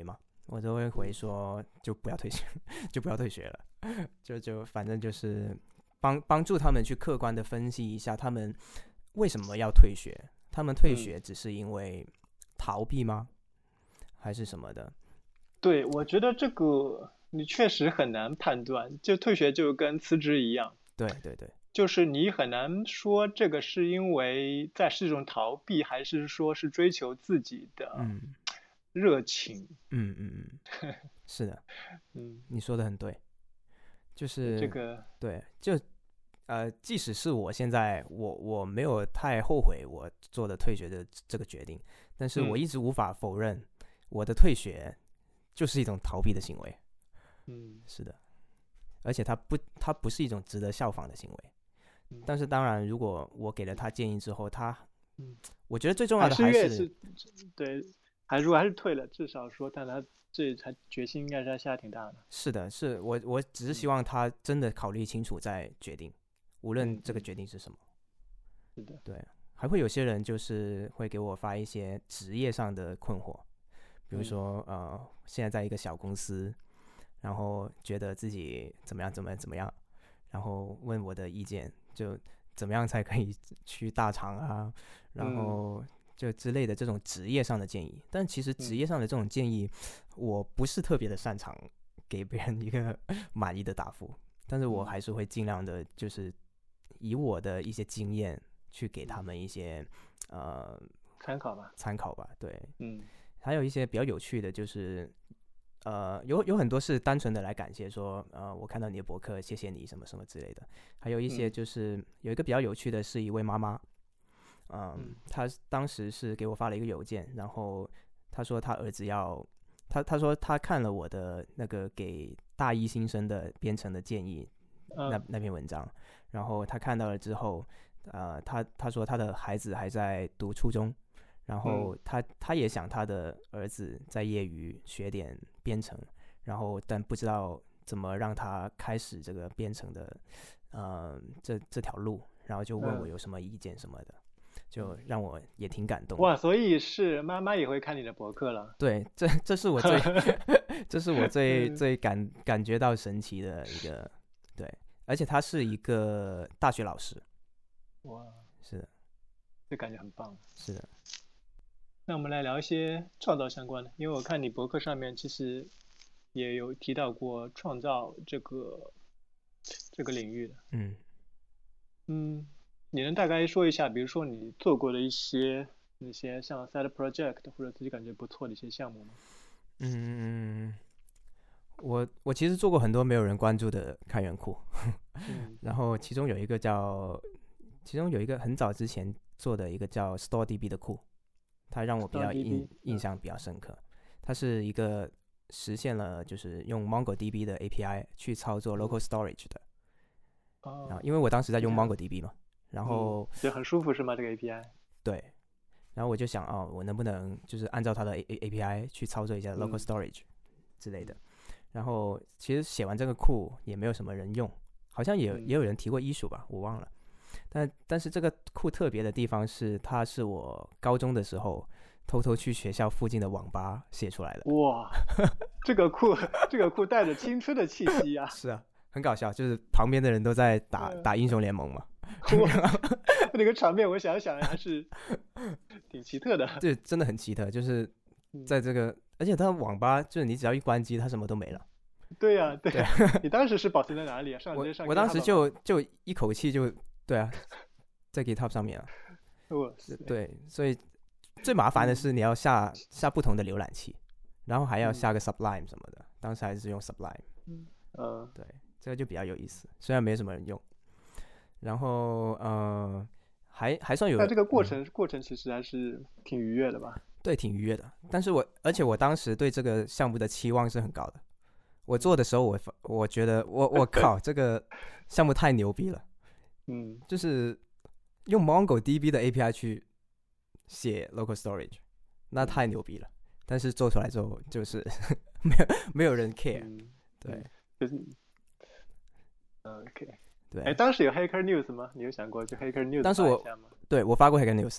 A: 我都会回说就不要退学，就不要退学了，就就反正就是帮帮助他们去客观的分析一下他们为什么要退学，他们退学只是因为逃避吗？还是什么的？
B: 对，我觉得这个你确实很难判断，就退学就跟辞职一样，
A: 对对对，
B: 就是你很难说这个是因为在是一种逃避，还是说是追求自己的
A: 嗯
B: 热情。
A: 嗯嗯嗯，是的，
B: 嗯，
A: 你说的很对，就是
B: 这个
A: 对，就呃，即使是我现在我我没有太后悔我做的退学的这个决定，但是我
B: 嗯
A: 一直无法否认我的退学就是一种逃避的行为。
B: 嗯
A: 是的，而且它不它不是一种值得效仿的行为。
B: 嗯
A: 但是当然，如果我给了他建议之后，他，
B: 嗯，
A: 我觉得最重要
B: 还
A: 的还是
B: 是越是对，还如果还是退了，至少说，但他这他决心应该是下挺大的。
A: 是的，是我我只是希望他真的考虑清楚再决定，无论
B: 嗯
A: 这个
B: 嗯
A: 决定是什么。
B: 是的，
A: 对，还会有些人就是会给我发一些职业上的困惑，比如
B: 嗯
A: 说呃，现在在一个小公司，然后觉得自己怎么样怎么样怎么样，然后问我的意见，就怎么样才可以去大厂啊，然
B: 嗯
A: 后就之类的这种职业上的建议。但其实职
B: 嗯
A: 业上的这种建议，我不是特别的擅长给别人一个满意的答复，但是我
B: 嗯
A: 还是会尽量的，就是以我的一些经验去给他们一些呃
B: 参考吧。
A: 参考吧。对，
B: 嗯
A: 还有一些比较有趣的，就是呃，有有很多是单纯的来感谢说，呃，我看到你的博客，谢谢你什么什么之类的。还有一些
B: 嗯
A: 就是有一个比较有趣的是一位妈妈，嗯，
B: 嗯
A: 她当时是给我发了一个邮件，然后她说她儿子要，她她说她看了我的那个给大一新生的编程的建议那
B: 嗯
A: 那篇文章，然后她看到了之后，呃，她她说她的孩子还在读初中。然后他他也想他的儿子在业余学点编程，然后但不知道怎么让他开始这个编程的，呃，这这条路，然后就问我有什么意见什么的，就让我也挺感动的。
B: 哇，所以是妈妈也会看你的博客了。
A: 对，这这是我最这是我最
B: 嗯
A: 最感感觉到神奇的一个，对，而且他是一个大学老师。
B: 哇，
A: 是的，
B: 这感觉很棒。
A: 是的。
B: 那我们来聊一些创造相关的，因为我看你博客上面其实也有提到过创造这个这个领域的。
A: 嗯
B: 嗯，你能大概说一下，比如说你做过的一些那些像 side project 或者自己感觉不错的一些项目吗？
A: 嗯，我我其实做过很多没有人关注的开源库，
B: 嗯
A: 然后其中有一个叫，其中有一个很早之前做的一个叫 StoreDB 的库，它让我比较
B: StoreDB
A: 印印象比较深刻。它是一个实现了就是用 MongoDB 的 A P I 去操作 local storage 的。然后
B: 哦，
A: 因为我当时在用
B: 这样
A: MongoDB 嘛，然后
B: 嗯，就很舒服是吗？这个 A P I？
A: 对，然后我就想哦，我能不能就是按照它的 A A P I 去操作一下 local
B: 嗯
A: storage 之类的。然后其实写完这个库也没有什么人用，好像也
B: 嗯
A: 也有人提过issue吧，我忘了。但但是这个库特别的地方是，它是我高中的时候偷偷去学校附近的网吧写出来的。
B: 哇，这个库这个库带着青春的气息呀、
A: 是啊，很搞笑，就是旁边的人都在打
B: 嗯
A: 打英雄联盟嘛，
B: 哇，那个场面我想想还是挺奇特的。
A: 这真的很奇特，就是
B: 嗯
A: 在这个，而且它网吧就是你只要一关机，它什么都没了。
B: 对呀、对呀、你当时是保存在哪里啊？上
A: 我
B: 直接上
A: 我当
B: GitHub
A: 时
B: 吗
A: 就就一口气就对啊，在 GitHub 上面啊，
B: 哇塞
A: 对，所以最麻烦的是你要下下不同的浏览器，然后还要
B: 嗯
A: 下个 Sublime 什么的，当时还是用 Sublime，
B: 嗯
A: 对，这个就比较有意思，虽然没什么人用，然后呃还还算有，
B: 那这个过
A: 嗯
B: 程、过程其实还是挺愉悦的吧？
A: 对，挺愉悦的。但是我而且我当时对这个项目的期望是很高的。我做的时候我，发我觉得我我靠，这个项目太牛逼了，
B: 嗯
A: 就是用 MongoDB 的 A P I 去写 local storage，那太牛逼了。但是做出来之后，就是没有没有人 care，
B: 嗯，
A: 对
B: 就是嗯 OK。哎，
A: 对
B: 当时有 Hacker News 吗？你有想过就 Hacker News
A: 当时我
B: 发一下吗？
A: 对，我发过 Hacker News 的，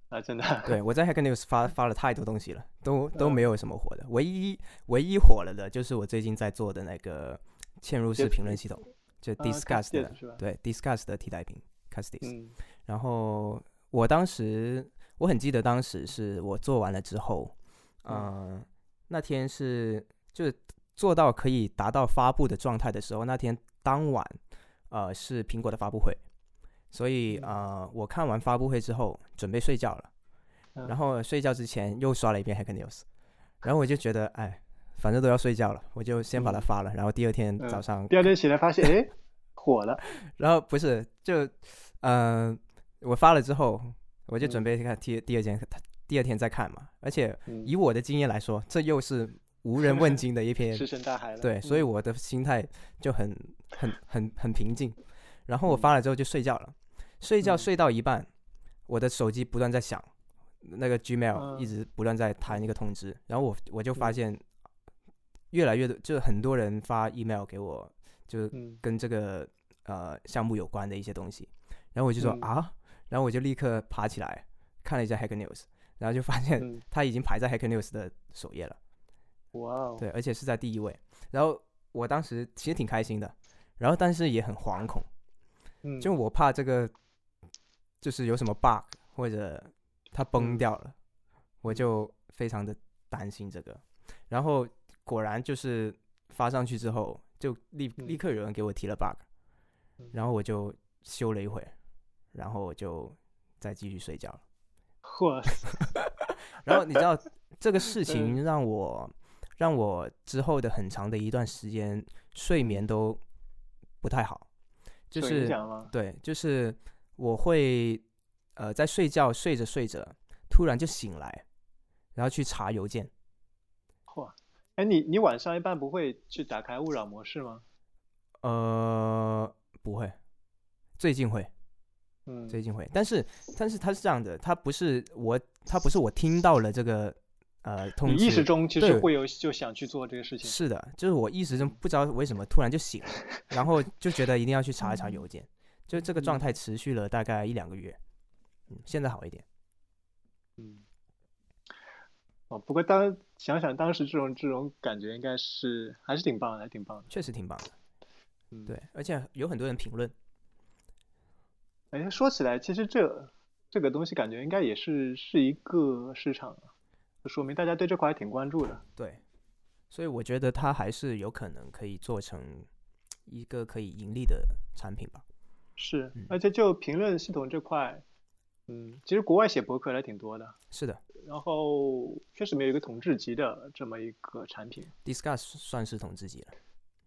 B: 啊，真的。
A: 对，我在 Hacker News 发发了太多东西了，都都
B: 嗯
A: 没有什么火的。唯一唯一火了的就是我最近在做的那个嵌入式评论系统，就 Discuss 的，
B: 啊是吧？
A: 对 Discuss 的替代品 Castis。
B: 嗯
A: 然后我当时我很记得当时是我做完了之后，嗯、呃，那天是就是做到可以达到发布的状态的时候，那天当晚呃是苹果的发布会。所以呃，我看完发布会之后准备睡觉了，
B: 嗯
A: 然后睡觉之前又刷了一遍 Hacker News， 然后我就觉得哎，反正都要睡觉了，我就先把它发了，然后第二天早上，
B: 嗯、第二天起来发现哎火了，
A: 然后不是就嗯、呃，我发了之后我就准备看第第二天第二天再看嘛，而且以我的经验来说，这又是无人问津的一篇
B: 石沉大海了，
A: 对，所以我的心态就很很很很平静，然后我发了之后就睡觉了。睡觉睡到一半，我的手机不断在响，那个 Gmail 一直不断在弹一个通知，然后我我就发现越来越多，就是很多人发 email 给我，就跟这个呃项目有关的一些东西，然后我就说啊，然后我就立刻爬起来看了一下 Hacker News， 然后就发现它已经排在 Hacker News 的首页了，
B: 哇哦，
A: 对，而且是在第一位，然后我当时其实挺开心的，然后但是也很惶恐，就我怕这个。就是有什么 bug 或者它崩掉了，嗯、我就非常的担心这个。然后果然就是发上去之后，就立立刻有人给我提了 bug，、嗯、然后我就修了一会，然后我就再继续睡觉了。
B: 嚯！
A: 然后你知道这个事情让我让我之后的很长的一段时间睡眠都不太好，就是对，就是我会呃在睡觉睡着睡着突然就醒来，然后去查邮件。
B: 嚯！哎，你你晚上一般不会去打开勿扰模式吗？
A: 呃，不会，最近会。嗯，最近会，但是但是它是这样的，它不是我，它不是我听到了这个呃通知，
B: 你意识中其实会有就想去做这个事情。
A: 是的，就是我意识中不知道为什么突然就醒了，然后就觉得一定要去查一查邮件，就这个状态持续了大概一两个月，嗯，现在好一点。
B: 嗯，哦，不过当想想当时这种这种感觉，应该是还是挺棒的，还挺棒的，
A: 确实挺棒的。嗯，对，而且有很多人评论。
B: 哎，说起来，其实这这个东西感觉应该也是是一个市场啊，就说明大家对这块还挺关注的。
A: 对，所以我觉得它还是有可能可以做成一个可以盈利的产品吧。
B: 是，嗯、而且就评论系统这块，嗯，其实国外写博客还挺多的。
A: 是的。
B: 然后确实没有一个统治级的这么一个产品。
A: Discuss 算是统治级了。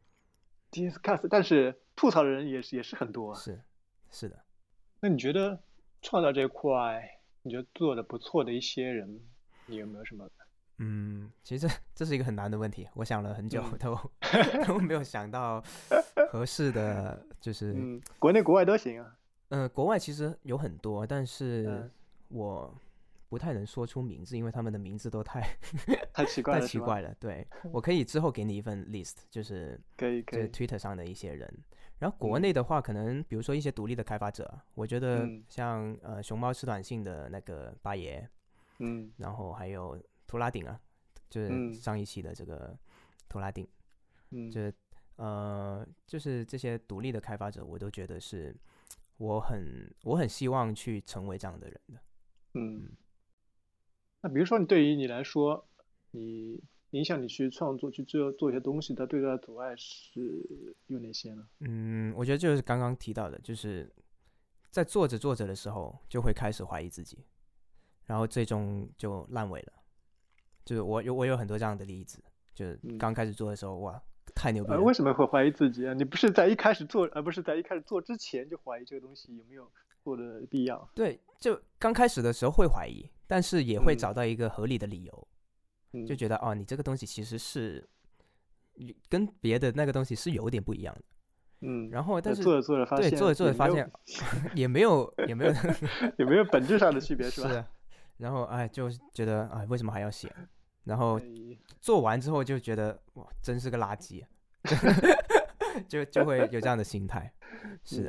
B: Discuss， 但是吐槽的人也是也是很多啊。
A: 是，是的。
B: 那你觉得创造这块，你觉得做的不错的一些人，你有没有什么？
A: 嗯，其实 这, 这是一个很难的问题，我想了很久都、嗯、都没有想到合适的，就是
B: 嗯，国内国外都行啊。
A: 嗯、呃，国外其实有很多，但是我不太能说出名字，因为他们的名字都太
B: 太奇怪了，
A: 太奇怪了。对，我可以之后给你一份 list， 就是
B: 可以可以，
A: 就是 Twitter 上的一些人。然后国内的话，可能比如说一些独立的开发者，我觉得像、呃熊猫吃短信的那个八爷，
B: 嗯，
A: 然后还有图拉顶啊，就是上一期的这个图拉顶，嗯，就是呃就是这些独立的开发者，我都觉得是我很我很希望去成为这样的人的。
B: 嗯，嗯，那比如说你对于你来说，你影响你去创作去做做一些东西的最大的阻碍是有哪些呢？
A: 嗯，我觉得就是刚刚提到的，就是在做着做着的时候就会开始怀疑自己，然后最终就烂尾了。就是我有我有很多这样的例子，就是刚开始做的时候，嗯、哇，太牛逼了、
B: 呃！为什么会怀疑自己啊？你不是在一开始做，而不是在一开始做之前就怀疑这个东西有没有做的必要？
A: 对，就刚开始的时候会怀疑，但是也会找到一个合理的理由。
B: 嗯、
A: 就觉得哦，你这个东西其实是跟别的那个东西是有点不一样的，
B: 嗯，
A: 然后但是
B: 做着做着发现，
A: 对，做着做着发现也没有也没有
B: 也没有本质上的区别，是吧？
A: 是，然后哎，就觉得哎，为什么还要写？然后做完之后就觉得哇，真是个垃圾，就就会有这样的心态，是的。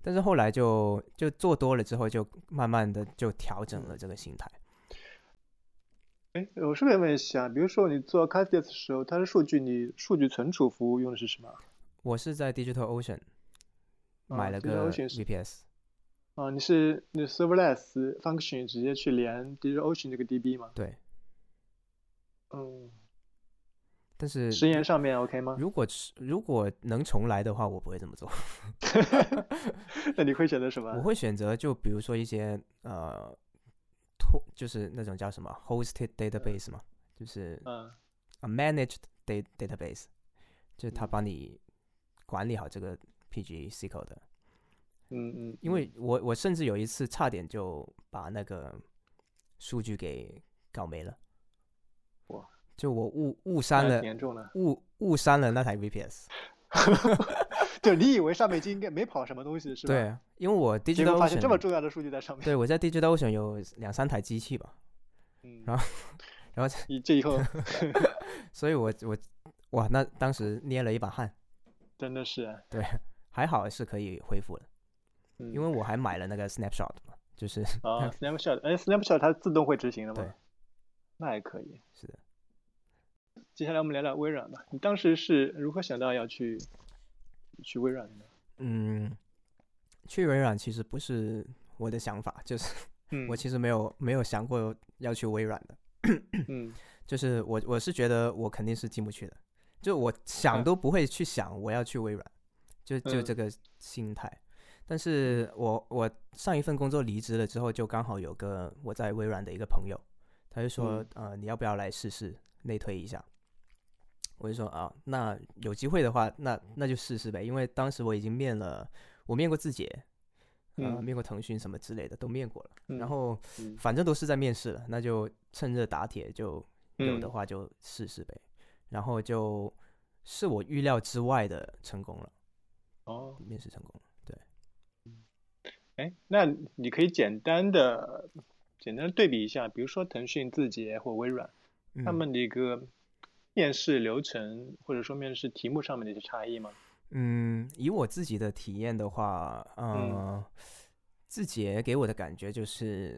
A: 但是后来就就做多了之后，就慢慢的就调整了这个心态。
B: 哎，我顺便问一下，比如说你做 Cassius 的时候，它的数据你数据存储服务用的是什么？
A: 我是在 DigitalOcean 买
B: 啊
A: 了个
B: ，DigitalOcean 是
A: V P S。
B: 啊，你是你 serverless function 直接去连 DigitalOcean 这个 D B 吗？
A: 对，
B: 嗯，
A: 但是
B: 实验上面 OK 吗？
A: 如果如果能重来的话，我不会这么做。
B: 那你会选择什么？
A: 我会选择就比如说一些呃，托就是那种叫什么 hosted database 嘛，就是
B: 嗯
A: a managed da database，就是他
B: 嗯
A: 帮你管理好这个 P G S Q L 的。
B: 嗯嗯，
A: 因为我我甚至有一次差点就把那个数据给搞没了。
B: 哇，
A: 就我误误删了，
B: 严重了。
A: 误误删了那台 V P S。
B: 就你以为上面就应该没跑什么东西是吧？
A: 对，因为我
B: 结果发现这么
A: DigitalOcean，
B: 重要的数据在上面。
A: 对，我在 DigitalOcean 有两三台机器吧，
B: 嗯，
A: 然后然后
B: 你这以后
A: 所以我我哇，那当时捏了一把汗。
B: 真的是啊，
A: 对，还好是可以恢复的，
B: 嗯
A: 因为我还买了那个 Snapshot 嘛，就是
B: 啊，Snapshot，哎，Snapshot 它自动会执行的
A: 对
B: 吗？那还可以。
A: 是的。
B: 接下来我们聊聊微软吧。你当时是如何想到要去去微软的呢？
A: 嗯，去微软其实不是我的想法，就是
B: 嗯
A: 我其实没有没有想过要去微软的。
B: 嗯
A: 就是我我是觉得我肯定是进不去的，就我想都不会去想我要去微软，就就这个心态。但是我我上一份工作离职了之后，就刚好有个我在微软的一个朋友，他就说、
B: 嗯、
A: 呃你要不要来试试内推一下？我就说啊，那有机会的话，那那就试试呗。因为当时我已经面了，我面过字节，呃，
B: 嗯
A: 面过腾讯什么之类的都面过了，
B: 嗯
A: 然后
B: 嗯
A: 反正都是在面试了，那就趁热打铁，就有的
B: 嗯
A: 话就试试呗。然后就是我预料之外的成功了，
B: 哦，
A: 面试成功了。对，
B: 哎，那你可以简单的简单地对比一下，比如说腾讯、字节或微软，他
A: 嗯
B: 们的一个面试流程或者说面试题目上面的一些差异吗？
A: 嗯，以我自己的体验的话，呃，
B: 嗯
A: 字节给我的感觉就是，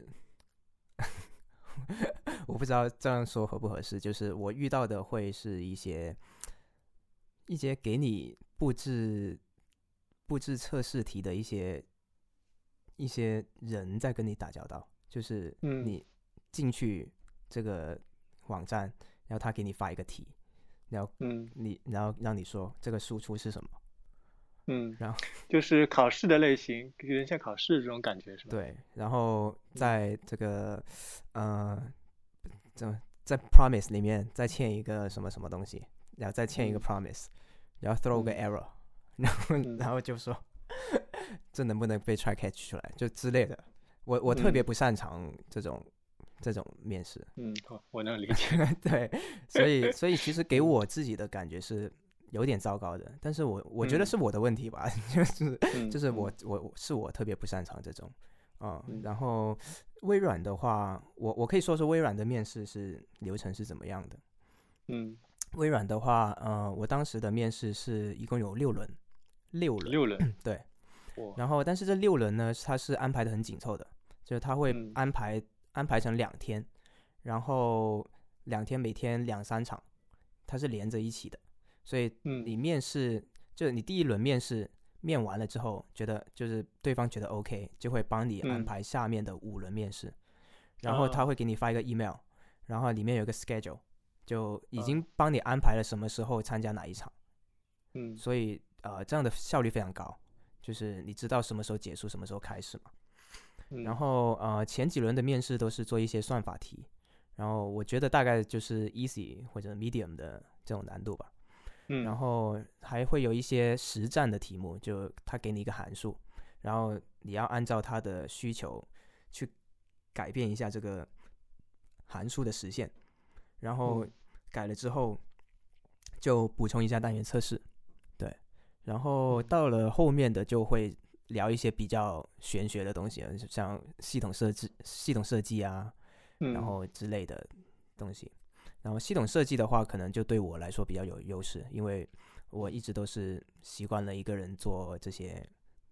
A: 我不知道这样说合不合适，就是我遇到的会是一些一些给你布置布置测试题的一些一些人在跟你打交道，就是
B: 嗯
A: 你进去这个网站，然后他给你发一个题，然后
B: 嗯
A: 你然后让你说这个输出是什么。
B: 嗯，
A: 然后
B: 就是考试的类型，有点像考试这种感觉是吧？
A: 对，然后在这个呃，这在 promise 里面再嵌一个什么什么东西，然后再嵌一个
B: 嗯
A: promise，然后 throw 个
B: 嗯
A: error，然后
B: 嗯
A: 然后就说这能不能被 try catch 出来，就之类的。我我特别
B: 嗯
A: 不擅长这种这种面试。
B: 嗯，我我能理解。
A: 对，所以所以其实给
B: 嗯
A: 我自己的感觉是有点糟糕的，但是我我觉得
B: 嗯
A: 是我的问题吧，就是
B: 嗯
A: 就是我我是我特别不擅长这种，啊、
B: 嗯
A: 然后微软的话，我我可以说说微软的面试是流程是怎么样的。
B: 嗯，
A: 微软的话，呃，我当时的面试是一共有六轮，六轮，
B: 六轮，
A: 对，
B: 哇，
A: 然后但是这六轮呢，它是安排的很紧凑的，就是它会
B: 嗯
A: 安排、安排成两天，然后两天每天两三场，它是连着一起的，所以你
B: 嗯
A: 面试，就你第一轮面试面完了之后，觉得就是对方觉得 OK，就会帮你安
B: 嗯
A: 排下面的五轮面试，然后他
B: 啊
A: 会给你发一个 email，然后里面有一个 schedule，就已经
B: 啊
A: 帮你安排了什么时候参加哪一场，
B: 嗯
A: 所以呃这样的效率非常高，就是你知道什么时候结束，什么时候开始嘛。
B: 嗯，
A: 然后呃前几轮的面试都是做一些算法题，然后我觉得大概就是 easy 或者 medium 的这种难度吧。
B: 嗯
A: 然后还会有一些实战的题目，就他给你一个函数，然后你要按照他的需求去改变一下这个函数的实现，然后
B: 嗯
A: 改了之后就补充一下单元测试，对，然后
B: 嗯
A: 到了后面的就会聊一些比较玄学的东西，像系统设置、系统设计啊，然
B: 嗯
A: 后之类的东西。然后系统设计的话，可能就对我来说比较有优势，因为我一直都是习惯了一个人做这些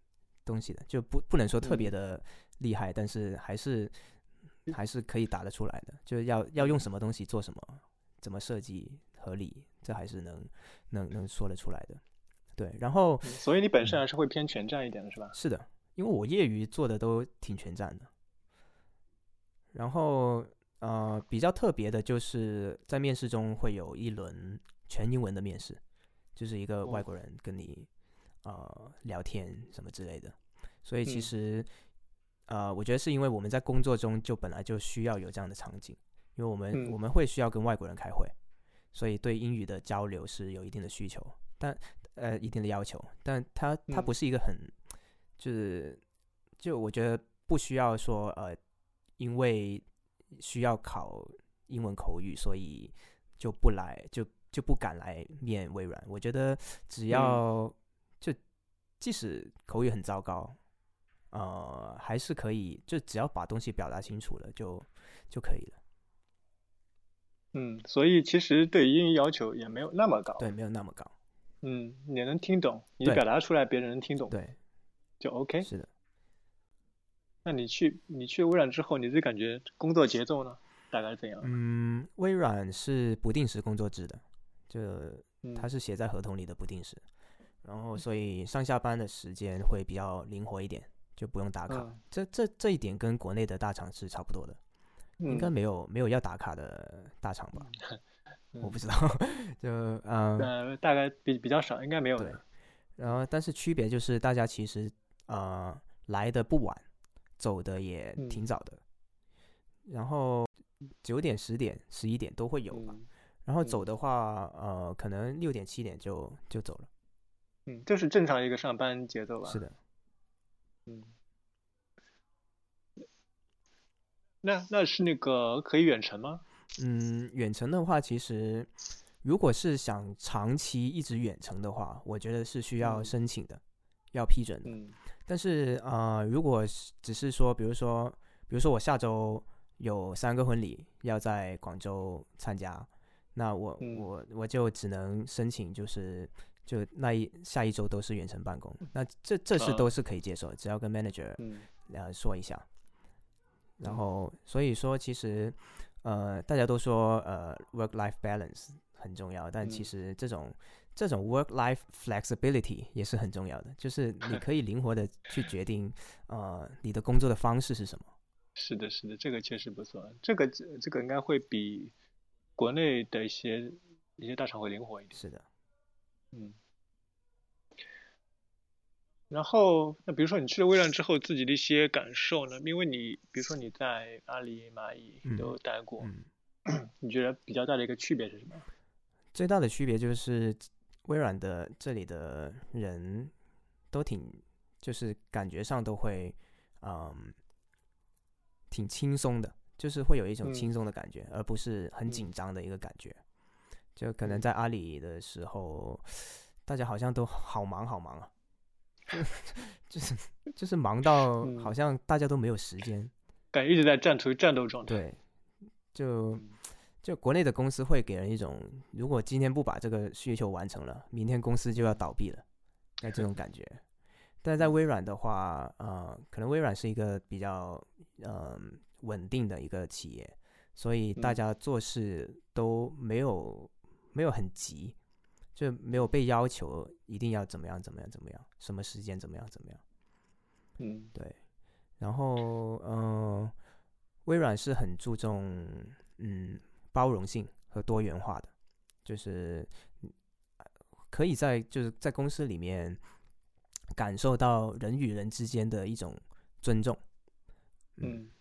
A: 东西的，就不不能说特别
B: 嗯
A: 的厉害，但是还是还是可以打得出来的，就要要用什么东西做什么，怎么设计合理，这还是能能能说得出来的。对，然后
B: 嗯，所以你本身
A: 嗯，
B: 还是会偏全站一点的是吧？
A: 是的，因为我业余做的都挺全站的。然后呃，比较特别的就是在面试中会有一轮全英文的面试，就是一个外
B: 哦，
A: 国人跟你呃聊天什么之类的。所以其
B: 嗯
A: 实呃，我觉得是因为我们在工作中就本来就需要有这样的场景，因为我们我
B: 嗯
A: 们会需要跟外国人开会，所以对英语的交流是有一定的需求，但呃一定的要求，但它它不
B: 嗯
A: 是一个很就是就我觉得不需要说呃因为需要考英文口语，所以就不来就就不敢来面微软。我觉得只
B: 嗯
A: 要就即使口语很糟糕，呃，还是可以，就只要把东西表达清楚了就就可以了。
B: 嗯，所以其实对英语要求也没有那么高。
A: 对，没有那么高。
B: 嗯，你能听懂，你
A: 对
B: 表达出来，别人能听懂
A: 对，
B: 就 OK。
A: 是的。
B: 那你去你去微软之后，你自己感觉工作节奏呢，大概是怎样的？
A: 嗯，微软是不定时工作制的，就它
B: 嗯
A: 是写在合同里的不定时，然后所以上下班的时间会比较灵活一点，就不用打卡。
B: 嗯
A: 这这这一点跟国内的大厂是差不多的，应该
B: 嗯
A: 没有没有要打卡的大厂吧？我不
B: 嗯，
A: 知道，就嗯
B: 呃，大概比比较少，应该没有
A: 对，
B: 的。
A: 然后但是区别就是大家其实呃来的不晚，走的也
B: 嗯
A: 挺早的，然后九点、十点、十一点都会有吧。
B: 嗯
A: 然后走
B: 嗯
A: 的话，呃，可能六点七点就就走了。
B: 嗯，这是正常一个上班节奏吧？
A: 是的。
B: 嗯，那那是那个可以远程吗？
A: 嗯，远程的话，其实如果是想长期一直远程的话，我觉得是需要
B: 嗯
A: 申请的，要批准的。
B: 嗯
A: 但是呃，如果是只是说，比如说，比如说我下周有三个婚礼要在广州参加，那我
B: 嗯
A: 我我就只能申请，就是就那一下一周都是远程办公。那这这是都
B: 啊
A: 是可以接受的，只要跟 manager
B: 嗯
A: 呃说一下。然
B: 嗯
A: 后所以说其实呃大家都说呃 work life balance 很重要，但其
B: 嗯
A: 实这种这种 work life flexibility 也是很重要的，就是你可以灵活的去决定呃你的工作的方式是什么。
B: 是的，是的，这个确实不错，这个这个应该会比国内的一些一些大厂会灵活一点。
A: 是的。
B: 嗯，然后那比如说你去了微软之后自己的一些感受呢？因为你比如说你在阿里、蚂蚁
A: 嗯
B: 都待过，
A: 嗯，
B: 你觉得比较大的一个区别是什么？
A: 最大的区别就是微软的这里的人都挺就是感觉上都会嗯挺轻松的，就是会有一种轻
B: 嗯
A: 松的感觉，而不是很
B: 嗯
A: 紧张的一个感觉。就可能
B: 嗯，
A: 在阿里的时候，大家好像都好忙好忙啊，就就是就是忙到好
B: 嗯，
A: 像大家都没有时间。
B: 感觉一直在战处于战斗状态。
A: 对，就
B: 嗯
A: 就国内的公司会给人一种，如果今天不把这个需求完成了，明天公司就要倒闭了，那这种感觉。但是在微软的话，呃，可能微软是一个比较呃稳定的一个企业，所以大
B: 嗯
A: 家做事都没有没有很急，就没有
B: 嗯
A: 被要求一定要怎么样怎么样怎么样，什么时间怎么样怎么样。
B: 嗯
A: 对，然后嗯、呃微软是很注重嗯包容性和多元化的，就是可以在就是在公司里面感受到人与人之间的一种尊重。嗯
B: 嗯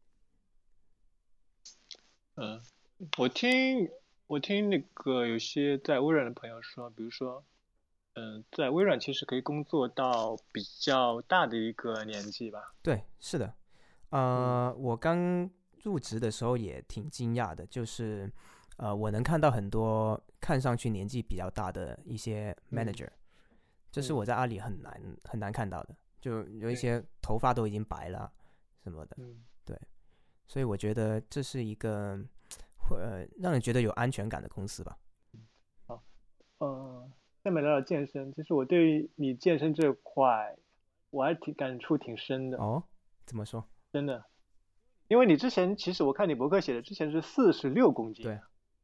B: 嗯，我听我听那个有些在微软的朋友说，比如说，嗯，在微软其实可以工作到比较大的一个年纪吧。
A: 对，是的。
B: 嗯
A: 呃，我刚入职的时候也挺惊讶的，就是呃，我能看到很多看上去年纪比较大的一些
B: 嗯
A: manager，这是
B: 嗯，
A: 我在阿里很难很难看到的，就有一
B: 对，
A: 些头发都已经白了什么的。
B: 嗯
A: 对，所以我觉得这是一个会、呃、让人觉得有安全感的公司吧。
B: 好，呃，下面聊聊健身。其实我对你健身这块我还挺感触挺深的，
A: 哦，怎么说？
B: 真的。因为你之前其实我看你博客写的之前是四十六公斤，
A: 对，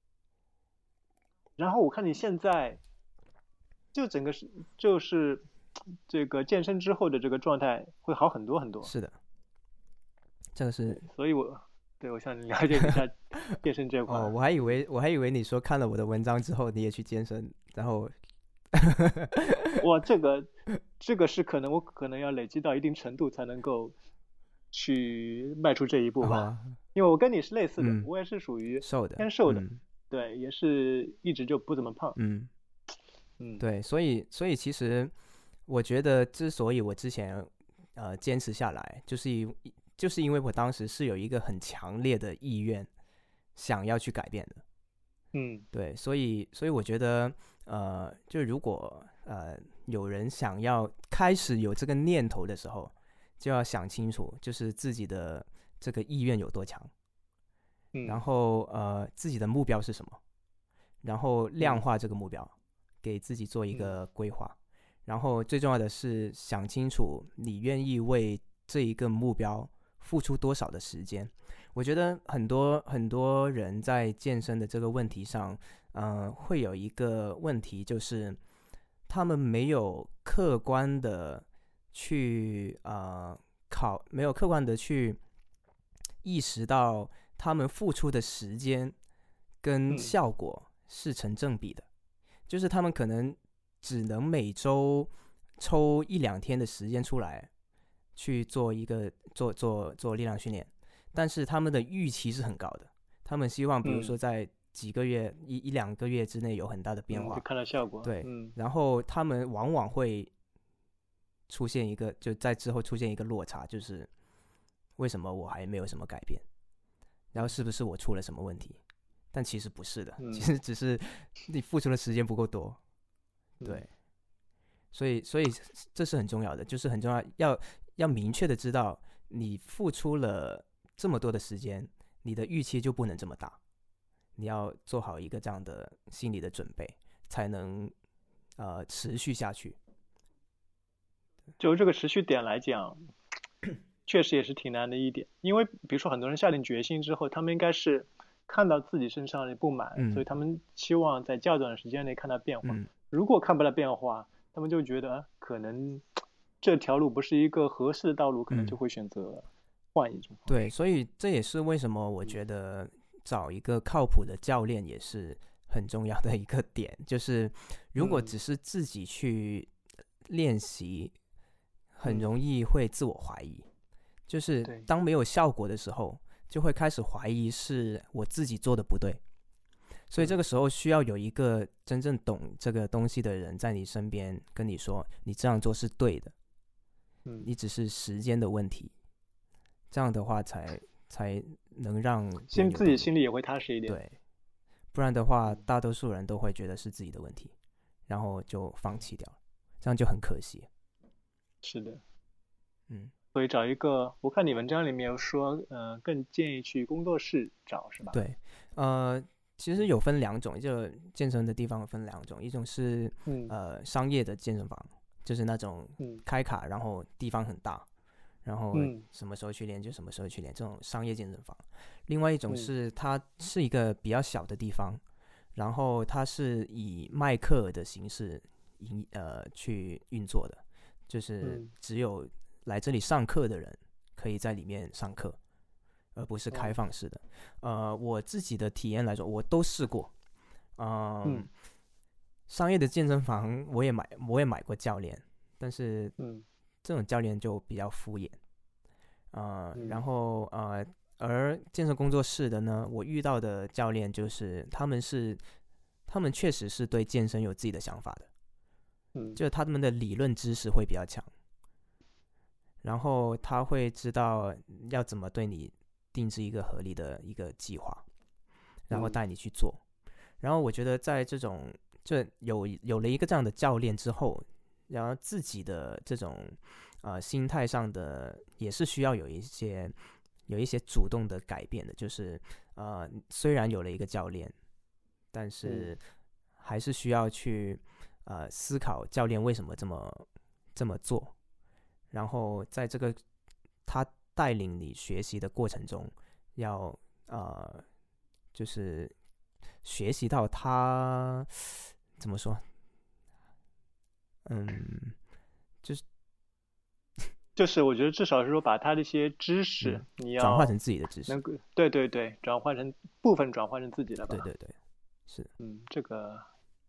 B: 然后我看你现在就整个是就是这个健身之后的这个状态会好很多很多。
A: 是的，这个是。
B: 对，所以我对我想了解一下健身这块。
A: 哦，我还以
B: 嗯，
A: 为我还以为你说看了我的文章之后你也去健身，然后
B: 哇，这个这个是可能我可能要累积到一定程度才能够去迈出这一步吧。
A: 然后啊，
B: 因为我跟你是类似的，
A: 嗯，
B: 我也是属于
A: 瘦的，
B: 偏瘦的，
A: 嗯
B: 对，也是一直就不怎么胖。
A: 嗯，
B: 嗯
A: 对，所以所以其实我觉得，之所以我之前呃坚持下来，就是因就是因为我当时是有一个很强烈的意愿想要去改变的。
B: 嗯
A: 对，所以所以我觉得，呃，就如果呃有人想要开始有这个念头的时候，就要想清楚，就是自己的这个意愿有多强，然
B: 嗯
A: 后呃自己的目标是什么，然后量
B: 嗯
A: 化这个目标，给自己做一
B: 嗯
A: 个规划，然后最重要的是想清楚你愿意为这一个目标付出多少的时间。我觉得很多很多人在健身的这个问题上，呃，会有一个问题，就是他们没有客观的去呃考，没有客观的去意识到他们付出的时间跟
B: 嗯
A: 效果是成正比的，就是他们可能只能每周抽一两天的时间出来去做一个做做做力量训练，但是他们的预期是很高的，他们希望比如说
B: 嗯
A: 在几个月一一两个月之内有很大的变
B: 嗯，就
A: 化。
B: 看到效果。
A: 对，
B: 嗯
A: 然后他们往往会出现一个，就在之后出现一个落差，就是为什么我还没有什么改变，然后是不是我出了什么问题？但其实不是的，其
B: 嗯
A: 实只是你付出的时间不够多。
B: 嗯
A: 对，所以所以这是很重要的，就是很重要，要要明确的知道你付出了这么多的时间，你的预期就不能这么大，你要做好一个这样的心理的准备，才能呃持续下去。
B: 就这个持续点来讲，确实也是挺难的一点。因为比如说很多人下定决心之后，他们应该是看到自己身上的不满，所
A: 嗯
B: 以他们期望在较短的时间内看到变化。
A: 嗯，
B: 如果看不到变化，他们就觉得可能这条路不是一个合适的道路，可能就
A: 嗯，
B: 会选择换一种方
A: 对，
B: 式。
A: 所以这也是为什么我觉得找一个靠谱的教练也是很重要的一个点，就是如果
B: 嗯
A: 只是自己去练习，很
B: 嗯，
A: 容易会自我怀疑，就是
B: 对，
A: 当没有效果的时候，就会开始怀疑是我自己做的不对，所以这
B: 嗯
A: 个时候需要有一个真正懂这个东西的人在你身边跟你说，你这样做是对的，
B: 嗯，
A: 你只是时间的问题，这样的话才才能让别人
B: 心自己
A: 有动力。
B: 心里也会踏实一点。
A: 对，不然的话，
B: 嗯，
A: 大多数人都会觉得是自己的问题，然后就放弃掉了，这样就很可惜。
B: 是的。
A: 嗯，
B: 所以找一个，我看你文章里面有说，呃，更建议去工作室找，是吧？
A: 对，呃，其实有分两种，就健身的地方分两种，一种是
B: 嗯
A: 呃商业的健身房，就是那种
B: 嗯
A: 开卡，然后地方很大，然后
B: 嗯
A: 什么时候去练就什么时候去练，这种商业健身房。另外一种
B: 嗯
A: 是它是一个比较小的地方，然后它是以卖课的形式营呃去运作的，就是
B: 嗯，
A: 只有来这里上课的人可以在里面上课，而不是开
B: 哦，
A: 放式的。呃，我自己的体验来说，我都试过。嗯，
B: 嗯
A: 商业的健身房我也买，我也买过教练，但是
B: 嗯
A: 这种教练就比较敷衍。呃，然
B: 嗯
A: 后呃，而健身工作室的呢，我遇到的教练就是他们是，他们确实是对健身有自己的想法的，
B: 嗯
A: 就是他们的理论知识会比较强，然后他会知道要怎么对你定制一个合理的一个计划，然后
B: 嗯
A: 带你去做。然后我觉得在这种就有有了一个这样的教练之后，然后自己的这种呃心态上的也是需要有一些有一些主动的改变的，就是呃虽然有了一个教练，但是还是需要去呃思考教练为什么这么这么做， 然后在这个他带领你学习的过程中，要呃就是学习到他怎么说，嗯，就是
B: 就是我觉得至少是说把他这些知
A: 嗯
B: 识你
A: 转化
B: 要
A: 成自己的知识。
B: 能够对对对转换成部分转换成自己的吧。
A: 对对对，是的。
B: 嗯，这个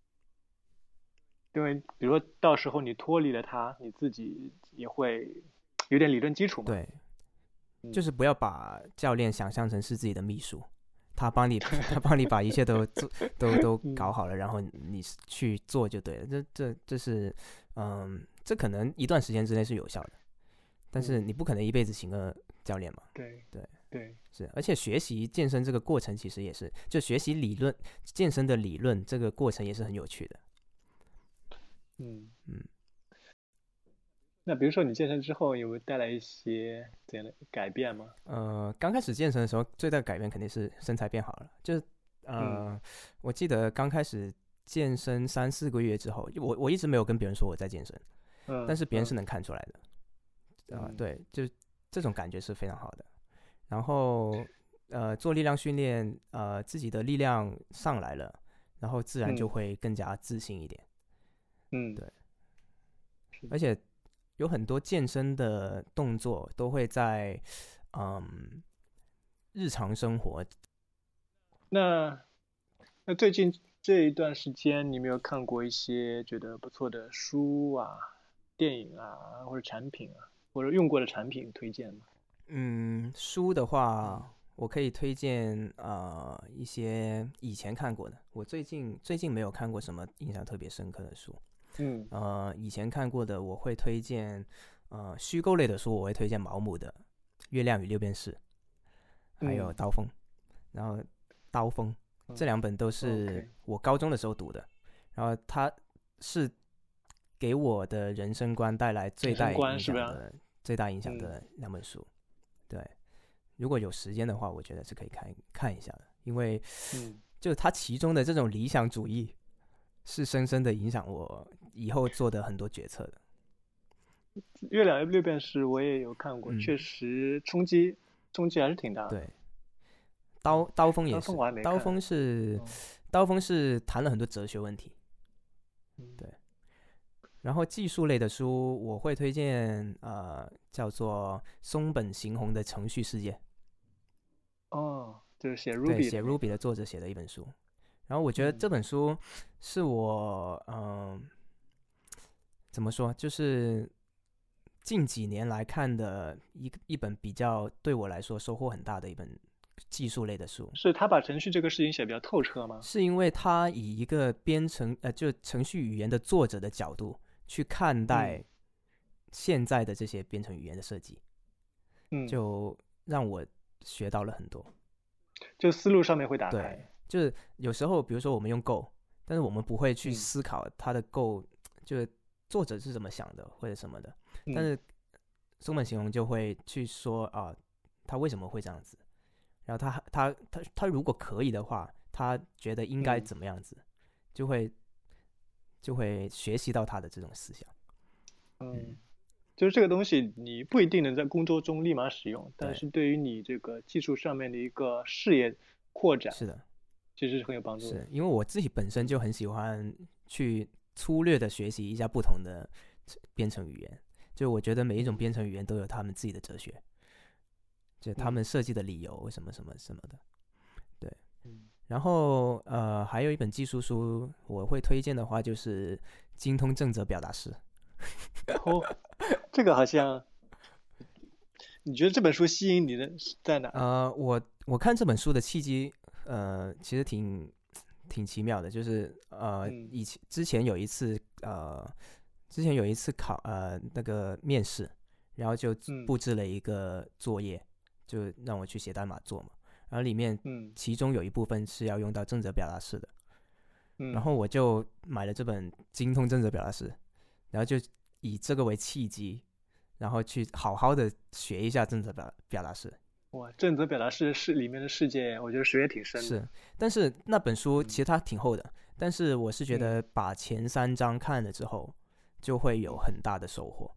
B: 因为比如说到时候你脱离了他，你自己也会有点理论基础嘛。
A: 对，
B: 嗯，
A: 就是不要把教练想象成是自己的秘书，他帮你他帮你把一切都做都都搞
B: 嗯
A: 好了，然后你去做就对了。这这这是嗯，这可能一段时间之内是有效的，但是
B: 嗯
A: 你不可能一辈子请个教练嘛。
B: 对
A: 对
B: 对，
A: 是，而且学习健身这个过程其实也是，就学习理论健身的理论这个过程也是很有趣的。
B: 嗯。
A: 嗯
B: 那比如说你健身之后有没有带来一些怎样的改变吗？
A: 呃，刚开始健身的时候，最大的改变肯定是身材变好了。就是
B: 嗯
A: 呃，我记得刚开始健身三四个月之后，我我一直没有跟别人说我在健身，但
B: 嗯嗯
A: 是别人是能看出来的。啊、
B: 嗯
A: 对，就这种感觉是非常好的。然后呃，做力量训练，呃，自己的力量上来了，然后自然就
B: 嗯
A: 会更加自信一点。
B: 嗯，
A: 对，
B: 是的
A: 而且有很多健身的动作都会在嗯日常生活。
B: 那那最近这一段时间，你有没有看过一些觉得不错的书啊、电影啊，或者产品啊，或者用过的产品推荐吗？
A: 嗯，书的
B: 嗯
A: 话，我可以推荐呃一些以前看过的。我最近最近没有看过什么印象特别深刻的书。
B: 嗯
A: 呃，以前看过的我会推荐，呃，虚构类的书我会推荐毛姆的《月亮与六便士》，还有
B: 嗯
A: 《刀锋》。然后《刀锋》这
B: 嗯
A: 两本都是
B: ，OK，
A: 我高中的时候读的，然后它是给我的人生观带来最
B: 人生
A: 大影
B: 观是吧？
A: 响的最大影响
B: 嗯
A: 的两本书。对，如果有时间的话，我觉得是可以看看一下的，因为
B: 嗯
A: 就它其中的这种理想主义，是深深的影响我以后做的很多决策的。
B: 月亮六便士我也有看过，
A: 嗯，
B: 确实冲击冲击还是挺大的。
A: 对，刀刀锋也是，
B: 刀锋我还没
A: 刀
B: 看。
A: 锋是
B: 嗯
A: 刀锋是谈了很多哲学问题。
B: 嗯
A: 对，然后技术类的书我会推荐呃叫做松本行弘的《程序世界》。
B: 哦，就是写 Ruby
A: 对，写
B: 的那
A: Ruby
B: 个。
A: 的作者写的一本书。然后我觉得这
B: 嗯
A: 本书是我嗯、呃怎么说，就是近几年来看的一一本比较对我来说收获很大的一本技术类的书。
B: 是他把程序这个事情写比较透彻吗？
A: 是因为他以一个编程呃，就程序语言的作者的角度去看待
B: 嗯
A: 现在的这些编程语言的设计，
B: 嗯，
A: 就让我学到了很多。
B: 就思路上面会打
A: 对，
B: 开。
A: 就是有时候比如说我们用 Go，但是我们不会去
B: 嗯
A: 思考它的 Go，就是作者是怎么想的或者什么的。但
B: 嗯
A: 是松本形容就会去说啊，他为什么会这样子，然后他他他他如果可以的话，他觉得应该
B: 嗯
A: 怎么样子，就会就会学习到他的这种思想。
B: 嗯，就是这个东西你不一定能在工作中立马使用，但
A: 对，
B: 是对于你这个技术上面的一个视野扩展，
A: 是的，
B: 其实是很有帮助的。
A: 是因为我自己本身就很喜欢去粗略的学习一下不同的编程语言，就我觉得每一种编程语言都有他们自己的哲学，就他们设计的理由什么什么什么的。对，
B: 嗯
A: 然后呃，还有一本技术书我会推荐的话，就是《精通正则表达式》。
B: 哦，这个好像，你觉得这本书吸引你的是在哪？
A: 呃，我我看这本书的契机，呃，其实挺挺奇妙的，就是呃，
B: 嗯
A: 以前之前有一次呃，之前有一次考呃那个面试，然后就
B: 嗯
A: 布置了一个作业，就让我去写代码做嘛，然后里面
B: 嗯
A: 其中有一部分是要用到正则表达式的，
B: 嗯，
A: 然后我就买了这本《精通正则表达式》，然后就以这个为契机，然后去好好的学一下正则表表达式。
B: 哇，正则表达式是里面的世界，我觉得水也挺深的。
A: 是，但是那本书
B: 嗯
A: 其实它挺厚的，但是我是觉得把前三章看了之后，就会有很大的收获。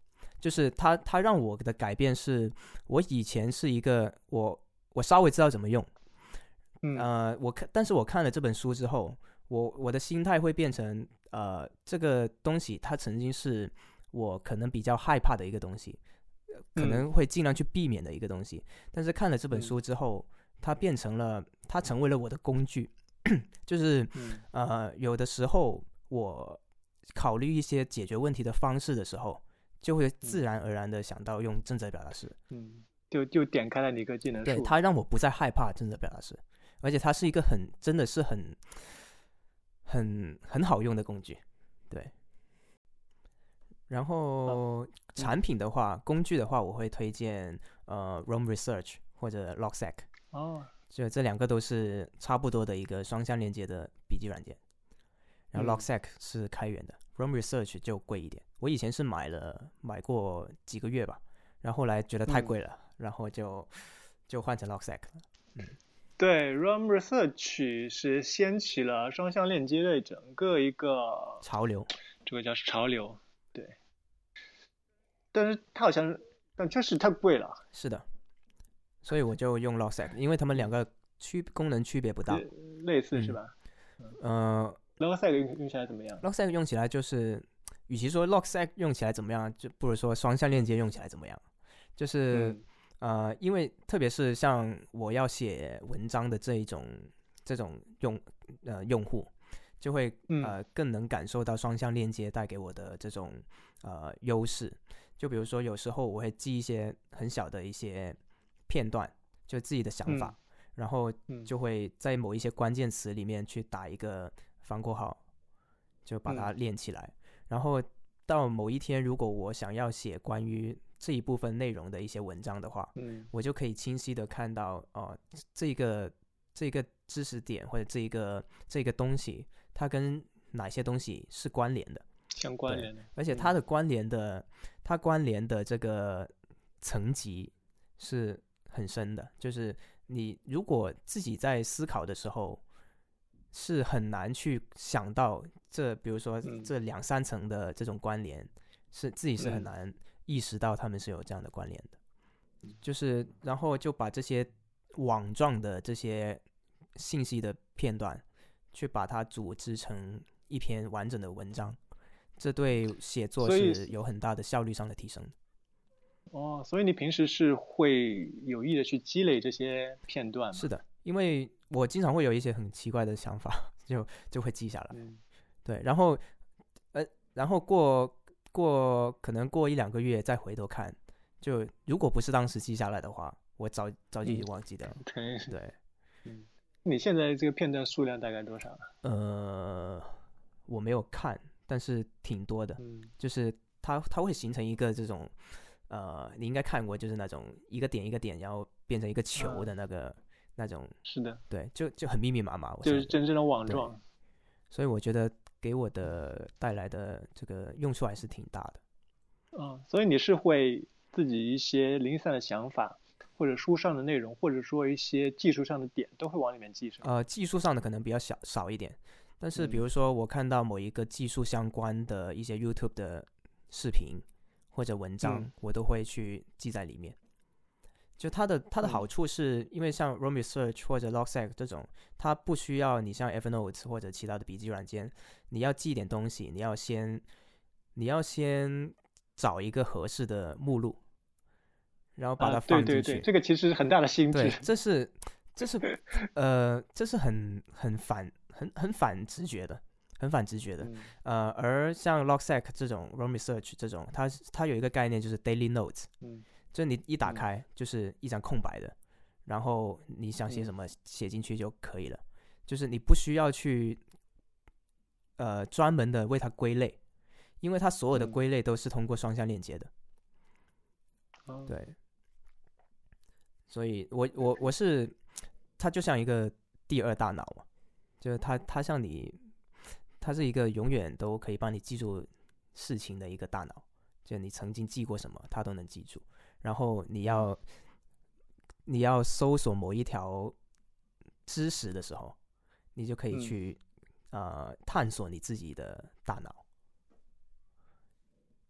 A: 就是它它让我的改变是，我以前是一个我我稍微知道怎么用，
B: 嗯
A: 呃，我看，但是我看了这本书之后，我我的心态会变成，呃，这个东西它曾经是我可能比较害怕的一个东西，可能会尽量去避免的一个东西，但是看了这本书之后，它变成了，它成为了我的工具，就是呃，有的时候我考虑一些解决问题的方式的时候，就会自然而然的想到用正则表达式，
B: 嗯，就就点开了你一个技能树，
A: 对，它让我不再害怕正则表达式。而且它是一个很真的是很很很好用的工具，对。然后产品的话，工具的话，我会推荐呃 Roam Research 或者 Logseq，
B: 哦，
A: 就这两个都是差不多的一个双向链接的笔记软件。然后 Logseq 是开源的，嗯、Roam Research 就贵一点。我以前是买了买过几个月吧，然后后来觉得太贵了，嗯、然后就就换成 Logseq 了。嗯。
B: 对 ，Roam Research 是掀起了双向链接的整个一个
A: 潮流，
B: 这个叫潮流，对。但是它好像，但确实太贵了。
A: 是的，所以我就用 Logseq， 因为他们两个区功能区别不大，
B: 类似是吧？
A: 嗯、呃
B: ，Logseq 用起来怎么样
A: ？Logseq 用起来就是，与其说 Logseq 用起来怎么样，就不如说双向链接用起来怎么样，就是。嗯呃，因为特别是像我要写文章的这一种这种用呃用户，就会呃更能感受到双向链接带给我的这种呃优势。就比如说有时候我会记一些很小的一些片段，就自己的想法，
B: 嗯、
A: 然后就会在某一些关键词里面去打一个方括号，就把它练起来。嗯、然后到某一天，如果我想要写关于这一部分内容的一些文章的话，
B: 嗯，
A: 我就可以清晰的看到，哦、呃，这个这个知识点或者这一个这个东西，它跟哪些东西是关联的，
B: 相关联的，
A: 而且它的关联的，嗯、它关联的这个层级是很深的，就是你如果自己在思考的时候，是很难去想到这，比如说这两三层的这种关联，是自己是很难。嗯意识到他们是有这样的关联的，就是然后就把这些网状的这些信息的片段，去把它组织成一篇完整的文章，这对写作是有很大的效率上的提升。
B: 哦，所以你平时是会有意的去积累这些片段吗？
A: 是的，因为我经常会有一些很奇怪的想法，就就会记下来。
B: 嗯、
A: 对，然后呃，然后过。过可能过一两个月再回头看，就如果不是当时记下来的话，我早早就已经忘记掉了。
B: 嗯、
A: 对，
B: 嗯，你现在这个片段数量大概多少？
A: 呃，我没有看，但是挺多的。
B: 嗯、
A: 就是它它会形成一个这种，呃，你应该看过，就是那种一个点一个点，然后变成一个球的那个、啊、那种。
B: 是的。
A: 对，就就很密密麻麻。
B: 就是真正的网状。
A: 所以我觉得。给我的带来的这个用处还是挺大的。
B: 嗯，所以你是会自己一些零散的想法，或者书上的内容，或者说一些技术上的点，都会往里面记，是吗？
A: 呃，技术上的可能比较小少一点，但是比如说我看到某一个技术相关的一些 YouTube 的视频或者文章，嗯、我都会去记在里面。就它的它的好处是，因为像 Roam Research 或者 Logseq 这种，它不需要你像 Evernote 或者其他的笔记软件，你要记一点东西，你要先你要先找一个合适的目录，然后把它放进去。
B: 啊、对对对，这个其实是很大的心智。
A: 对，这是这是呃这是很很反很很反直觉的，很反直觉的。嗯、呃，而像 Logseq 这种 Roam Research 这种，它它有一个概念就是 Daily Notes。嗯。就你一打开、嗯、就是一张空白的，然后你想写什么写进去就可以了、嗯、就是你不需要去呃专门的为它归类，因为它所有的归类都是通过双向链接的、嗯、对，所以我我我是它就像一个第二大脑嘛，就是它它像你它是一个永远都可以帮你记住事情的一个大脑，就你曾经记过什么它都能记住，然后你要你要搜索某一条知识的时候，你就可以去、嗯、呃探索你自己的大脑。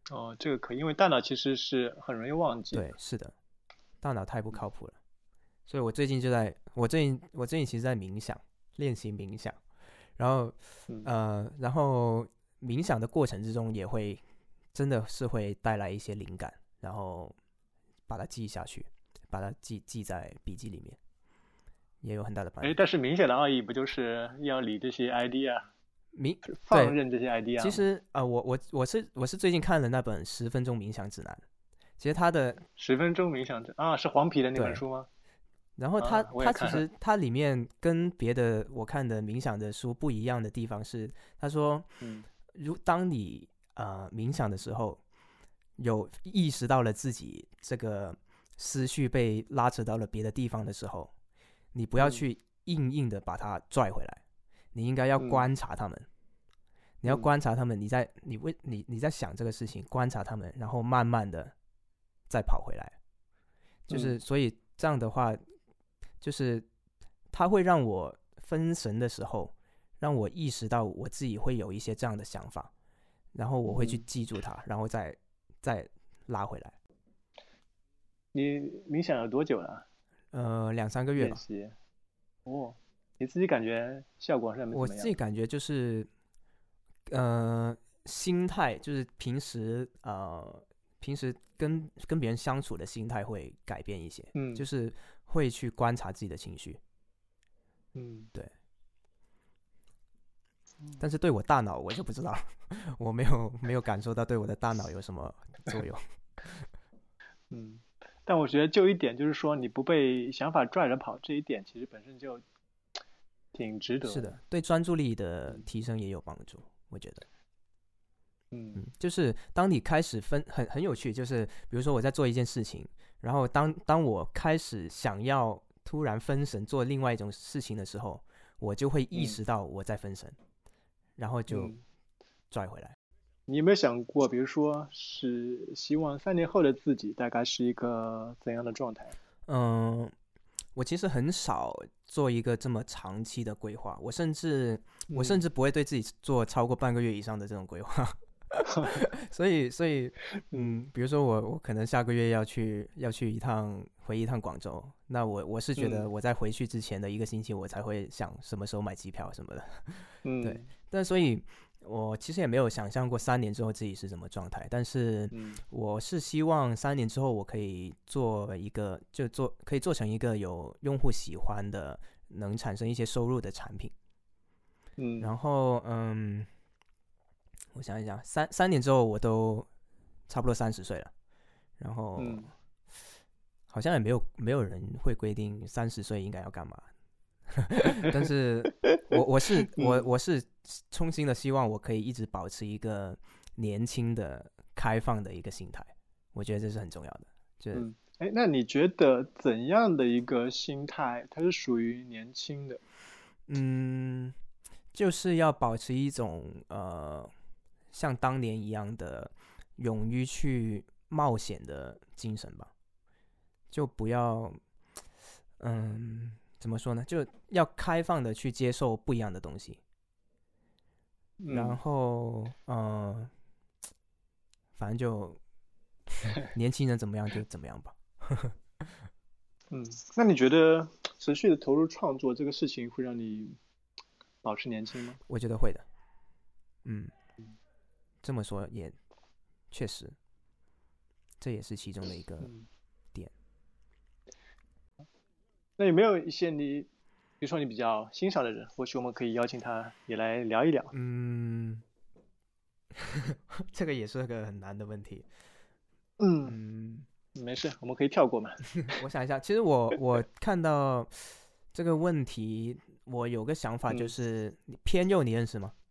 B: 哦，这个可以，因为大脑其实是很容易忘记的。
A: 对，是的，大脑太不靠谱了。所以我最近就在，我最近我最近其实在冥想，练习冥想，然后
B: 嗯
A: 呃，然后冥想的过程之中也会真的是会带来一些灵感，然后把它记下去，把它记记在笔记里面，也有很大的帮
B: 哎，
A: 助。
B: 但是冥想的奥义不就是要理这些 idea，
A: 冥对，
B: 放任这些 idea
A: 其
B: 吗？
A: 实啊、呃我我我是我是最近看了那本《十分钟冥想指南》，其实它的
B: 十分钟冥想者啊，是黄皮的那本
A: 对，
B: 书吗？
A: 然后它
B: 啊，我也
A: 它其
B: 看了。
A: 实它里面跟别的我看的冥想的书不一样的地方是，他说，
B: 嗯
A: 如当你呃冥想的时候，有意识到了自己这个思绪被拉扯到了别的地方的时候，你不要
B: 嗯
A: 去硬硬的把它拽回来，你应该要
B: 嗯
A: 观察他们，你要
B: 嗯
A: 观察他们，你在你为你你在想这个事情，观察他们，然后慢慢的再跑回来，就是
B: 嗯
A: 所以这样的话，就是它会让我分神的时候，让我意识到我自己会有一些这样的想法，然后我会去
B: 嗯，
A: 记住它，然后再再拉回来。
B: 你冥想了多久了？
A: 呃，两三个月吧。
B: 练习？哦，你自己感觉效果是怎
A: 我
B: 么样的？
A: 自己感觉就是，呃，心态就是平时呃平时跟跟别人相处的心态会改变一些，就
B: 嗯
A: 是会去观察自己的情绪，
B: 嗯
A: 对。但是对我大脑我就不知道了，我没有没有感受到对我的大脑有什么作用。
B: 嗯。但我觉得就一点就是说，你不被想法拽着跑，这一点其实本身就挺值得的。
A: 是的，对专注力的
B: 嗯
A: 提升也有帮助，我觉得。
B: 嗯
A: 嗯，就是当你开始分很很有趣，就是比如说我在做一件事情，然后当当我开始想要突然分神做另外一种事情的时候，我就会意
B: 嗯
A: 识到我在分神，然后就
B: 嗯。
A: 拽回来。
B: 你有没有想过，比如说是希望三年后的自己大概是一个怎样的状态？
A: 嗯，我其实很少做一个这么长期的规划，我甚至我甚
B: 嗯
A: 至不会对自己做超过半个月以上的这种规划。所以，所以，
B: 嗯
A: 嗯，比如说我，我可能下个月要去要去一趟回一趟广州，那我我是觉得
B: 嗯
A: 我在回去之前的一个星期，我才会想什么时候买机票什么的。对，
B: 嗯
A: 但所以，我其实也没有想象过三年之后自己是什么状态，但是
B: 嗯
A: 我是希望三年之后我可以做一个，就做可以做成一个有用户喜欢的，能产生一些收入的产品。
B: 嗯
A: 然后，嗯。我想一想，三三年之后我都差不多三十岁了，然后
B: 嗯
A: 好像也没有没有人会规定三十岁应该要干嘛，但是我我是我
B: 嗯
A: 我是衷心的希望我可以一直保持一个年轻的、开放的一个心态，我觉得这是很重要的。就
B: 嗯。哎，那你觉得怎样的一个心态，它是属于年轻的？
A: 嗯，就是要保持一种呃，像当年一样的勇于去冒险的精神吧。就不要，嗯，怎么说呢？就要开放的去接受不一样的东西，然
B: 嗯
A: 后，嗯，反正就年轻人怎么样就怎么样吧。
B: 嗯。那你觉得持续的投入创作这个事情会让你保持年轻吗？
A: 我觉得会的，嗯，这么说也确实，这也是其中的一个
B: 嗯。
A: 点。
B: 那有没有一些你，比如说你比较欣赏的人，或许我们可以邀请他也来聊一聊。
A: 嗯，这个也是个很难的问题。
B: 嗯，
A: 嗯，
B: 没事，我们可以跳过嘛。
A: 我想一下，其实我我看到这个问题，我有个想法，就
B: 嗯，
A: 是偏右，你认识吗？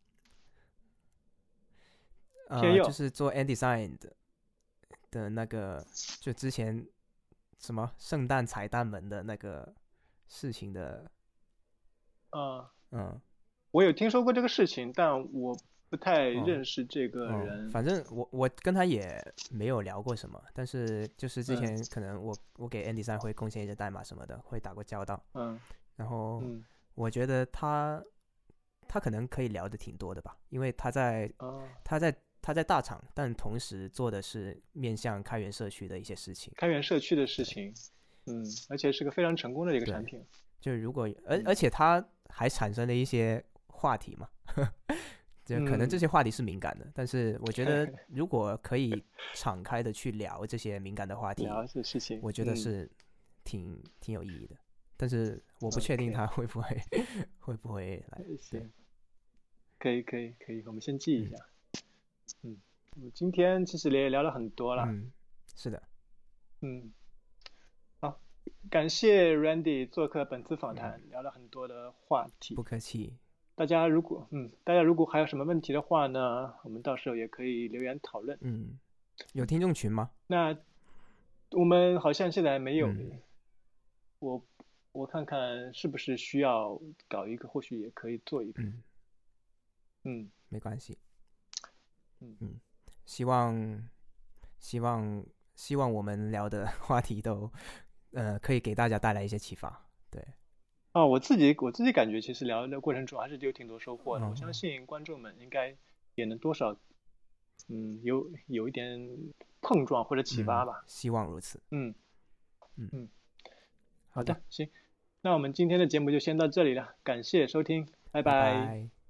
A: 呃，就
B: 天佑。
A: 是做 Andesign 的的那个，就之前什么圣诞彩蛋门的那个事情的，
B: 啊，
A: 嗯，
B: 我有听说过这个事情，但我不太
A: 哦，
B: 认识这个
A: 哦，
B: 人。
A: 反正我我跟他也没有聊过什么，但是就是之
B: 嗯
A: 前可能我我给 Andesign 会贡献一些代码什么的，会打过交道，
B: 嗯
A: 然后
B: 嗯。
A: 我觉得他他可能可以聊的挺多的吧，因为他在
B: 啊。
A: 他在他在大厂，但同时做的是面向开源社区的一些事情。
B: 开源社区的事情，嗯，而且是个非常成功的一个产品。
A: 就如果而
B: 嗯
A: 而且它还产生了一些话题嘛，就可能这些话题是敏感的，但是我觉得如果可以敞开的去聊这些敏感的话题，
B: 聊这事情，
A: 我觉得
B: 嗯
A: 是挺挺有意义的。但是我不确定他会不会会不会来。对，
B: 行，可以可以可以，我们先记一
A: 嗯
B: 下。嗯，我今天其实也聊了很多了。
A: 嗯，是的，
B: 嗯，好，感谢 Randy 做客本次访谈，
A: 嗯，
B: 聊了很多的话题。
A: 不客气。
B: 大家如果嗯，大家如果还有什么问题的话呢，我们到时候也可以留言讨论。
A: 嗯，有听众群吗？
B: 那我们好像现在没有，
A: 嗯
B: 我我看看是不是需要搞一个，或许也可以做一个。
A: 嗯，
B: 嗯
A: 没关系。
B: 嗯
A: 嗯，希望希望希望我们聊的话题都呃可以给大家带来一些启发。对，
B: 哦，我自己我自己感觉，其实聊的过程中还是有挺多收获的。我相
A: 哦，
B: 信观众们应该也能多少嗯有有一点碰撞或者启发
A: 嗯，
B: 吧。
A: 希望如此。
B: 嗯
A: 嗯，
B: 嗯，
A: 好的，
B: 好的，行，那我们今天的节目就先到这里了，感谢收听，拜
A: 拜
B: 拜。
A: 拜。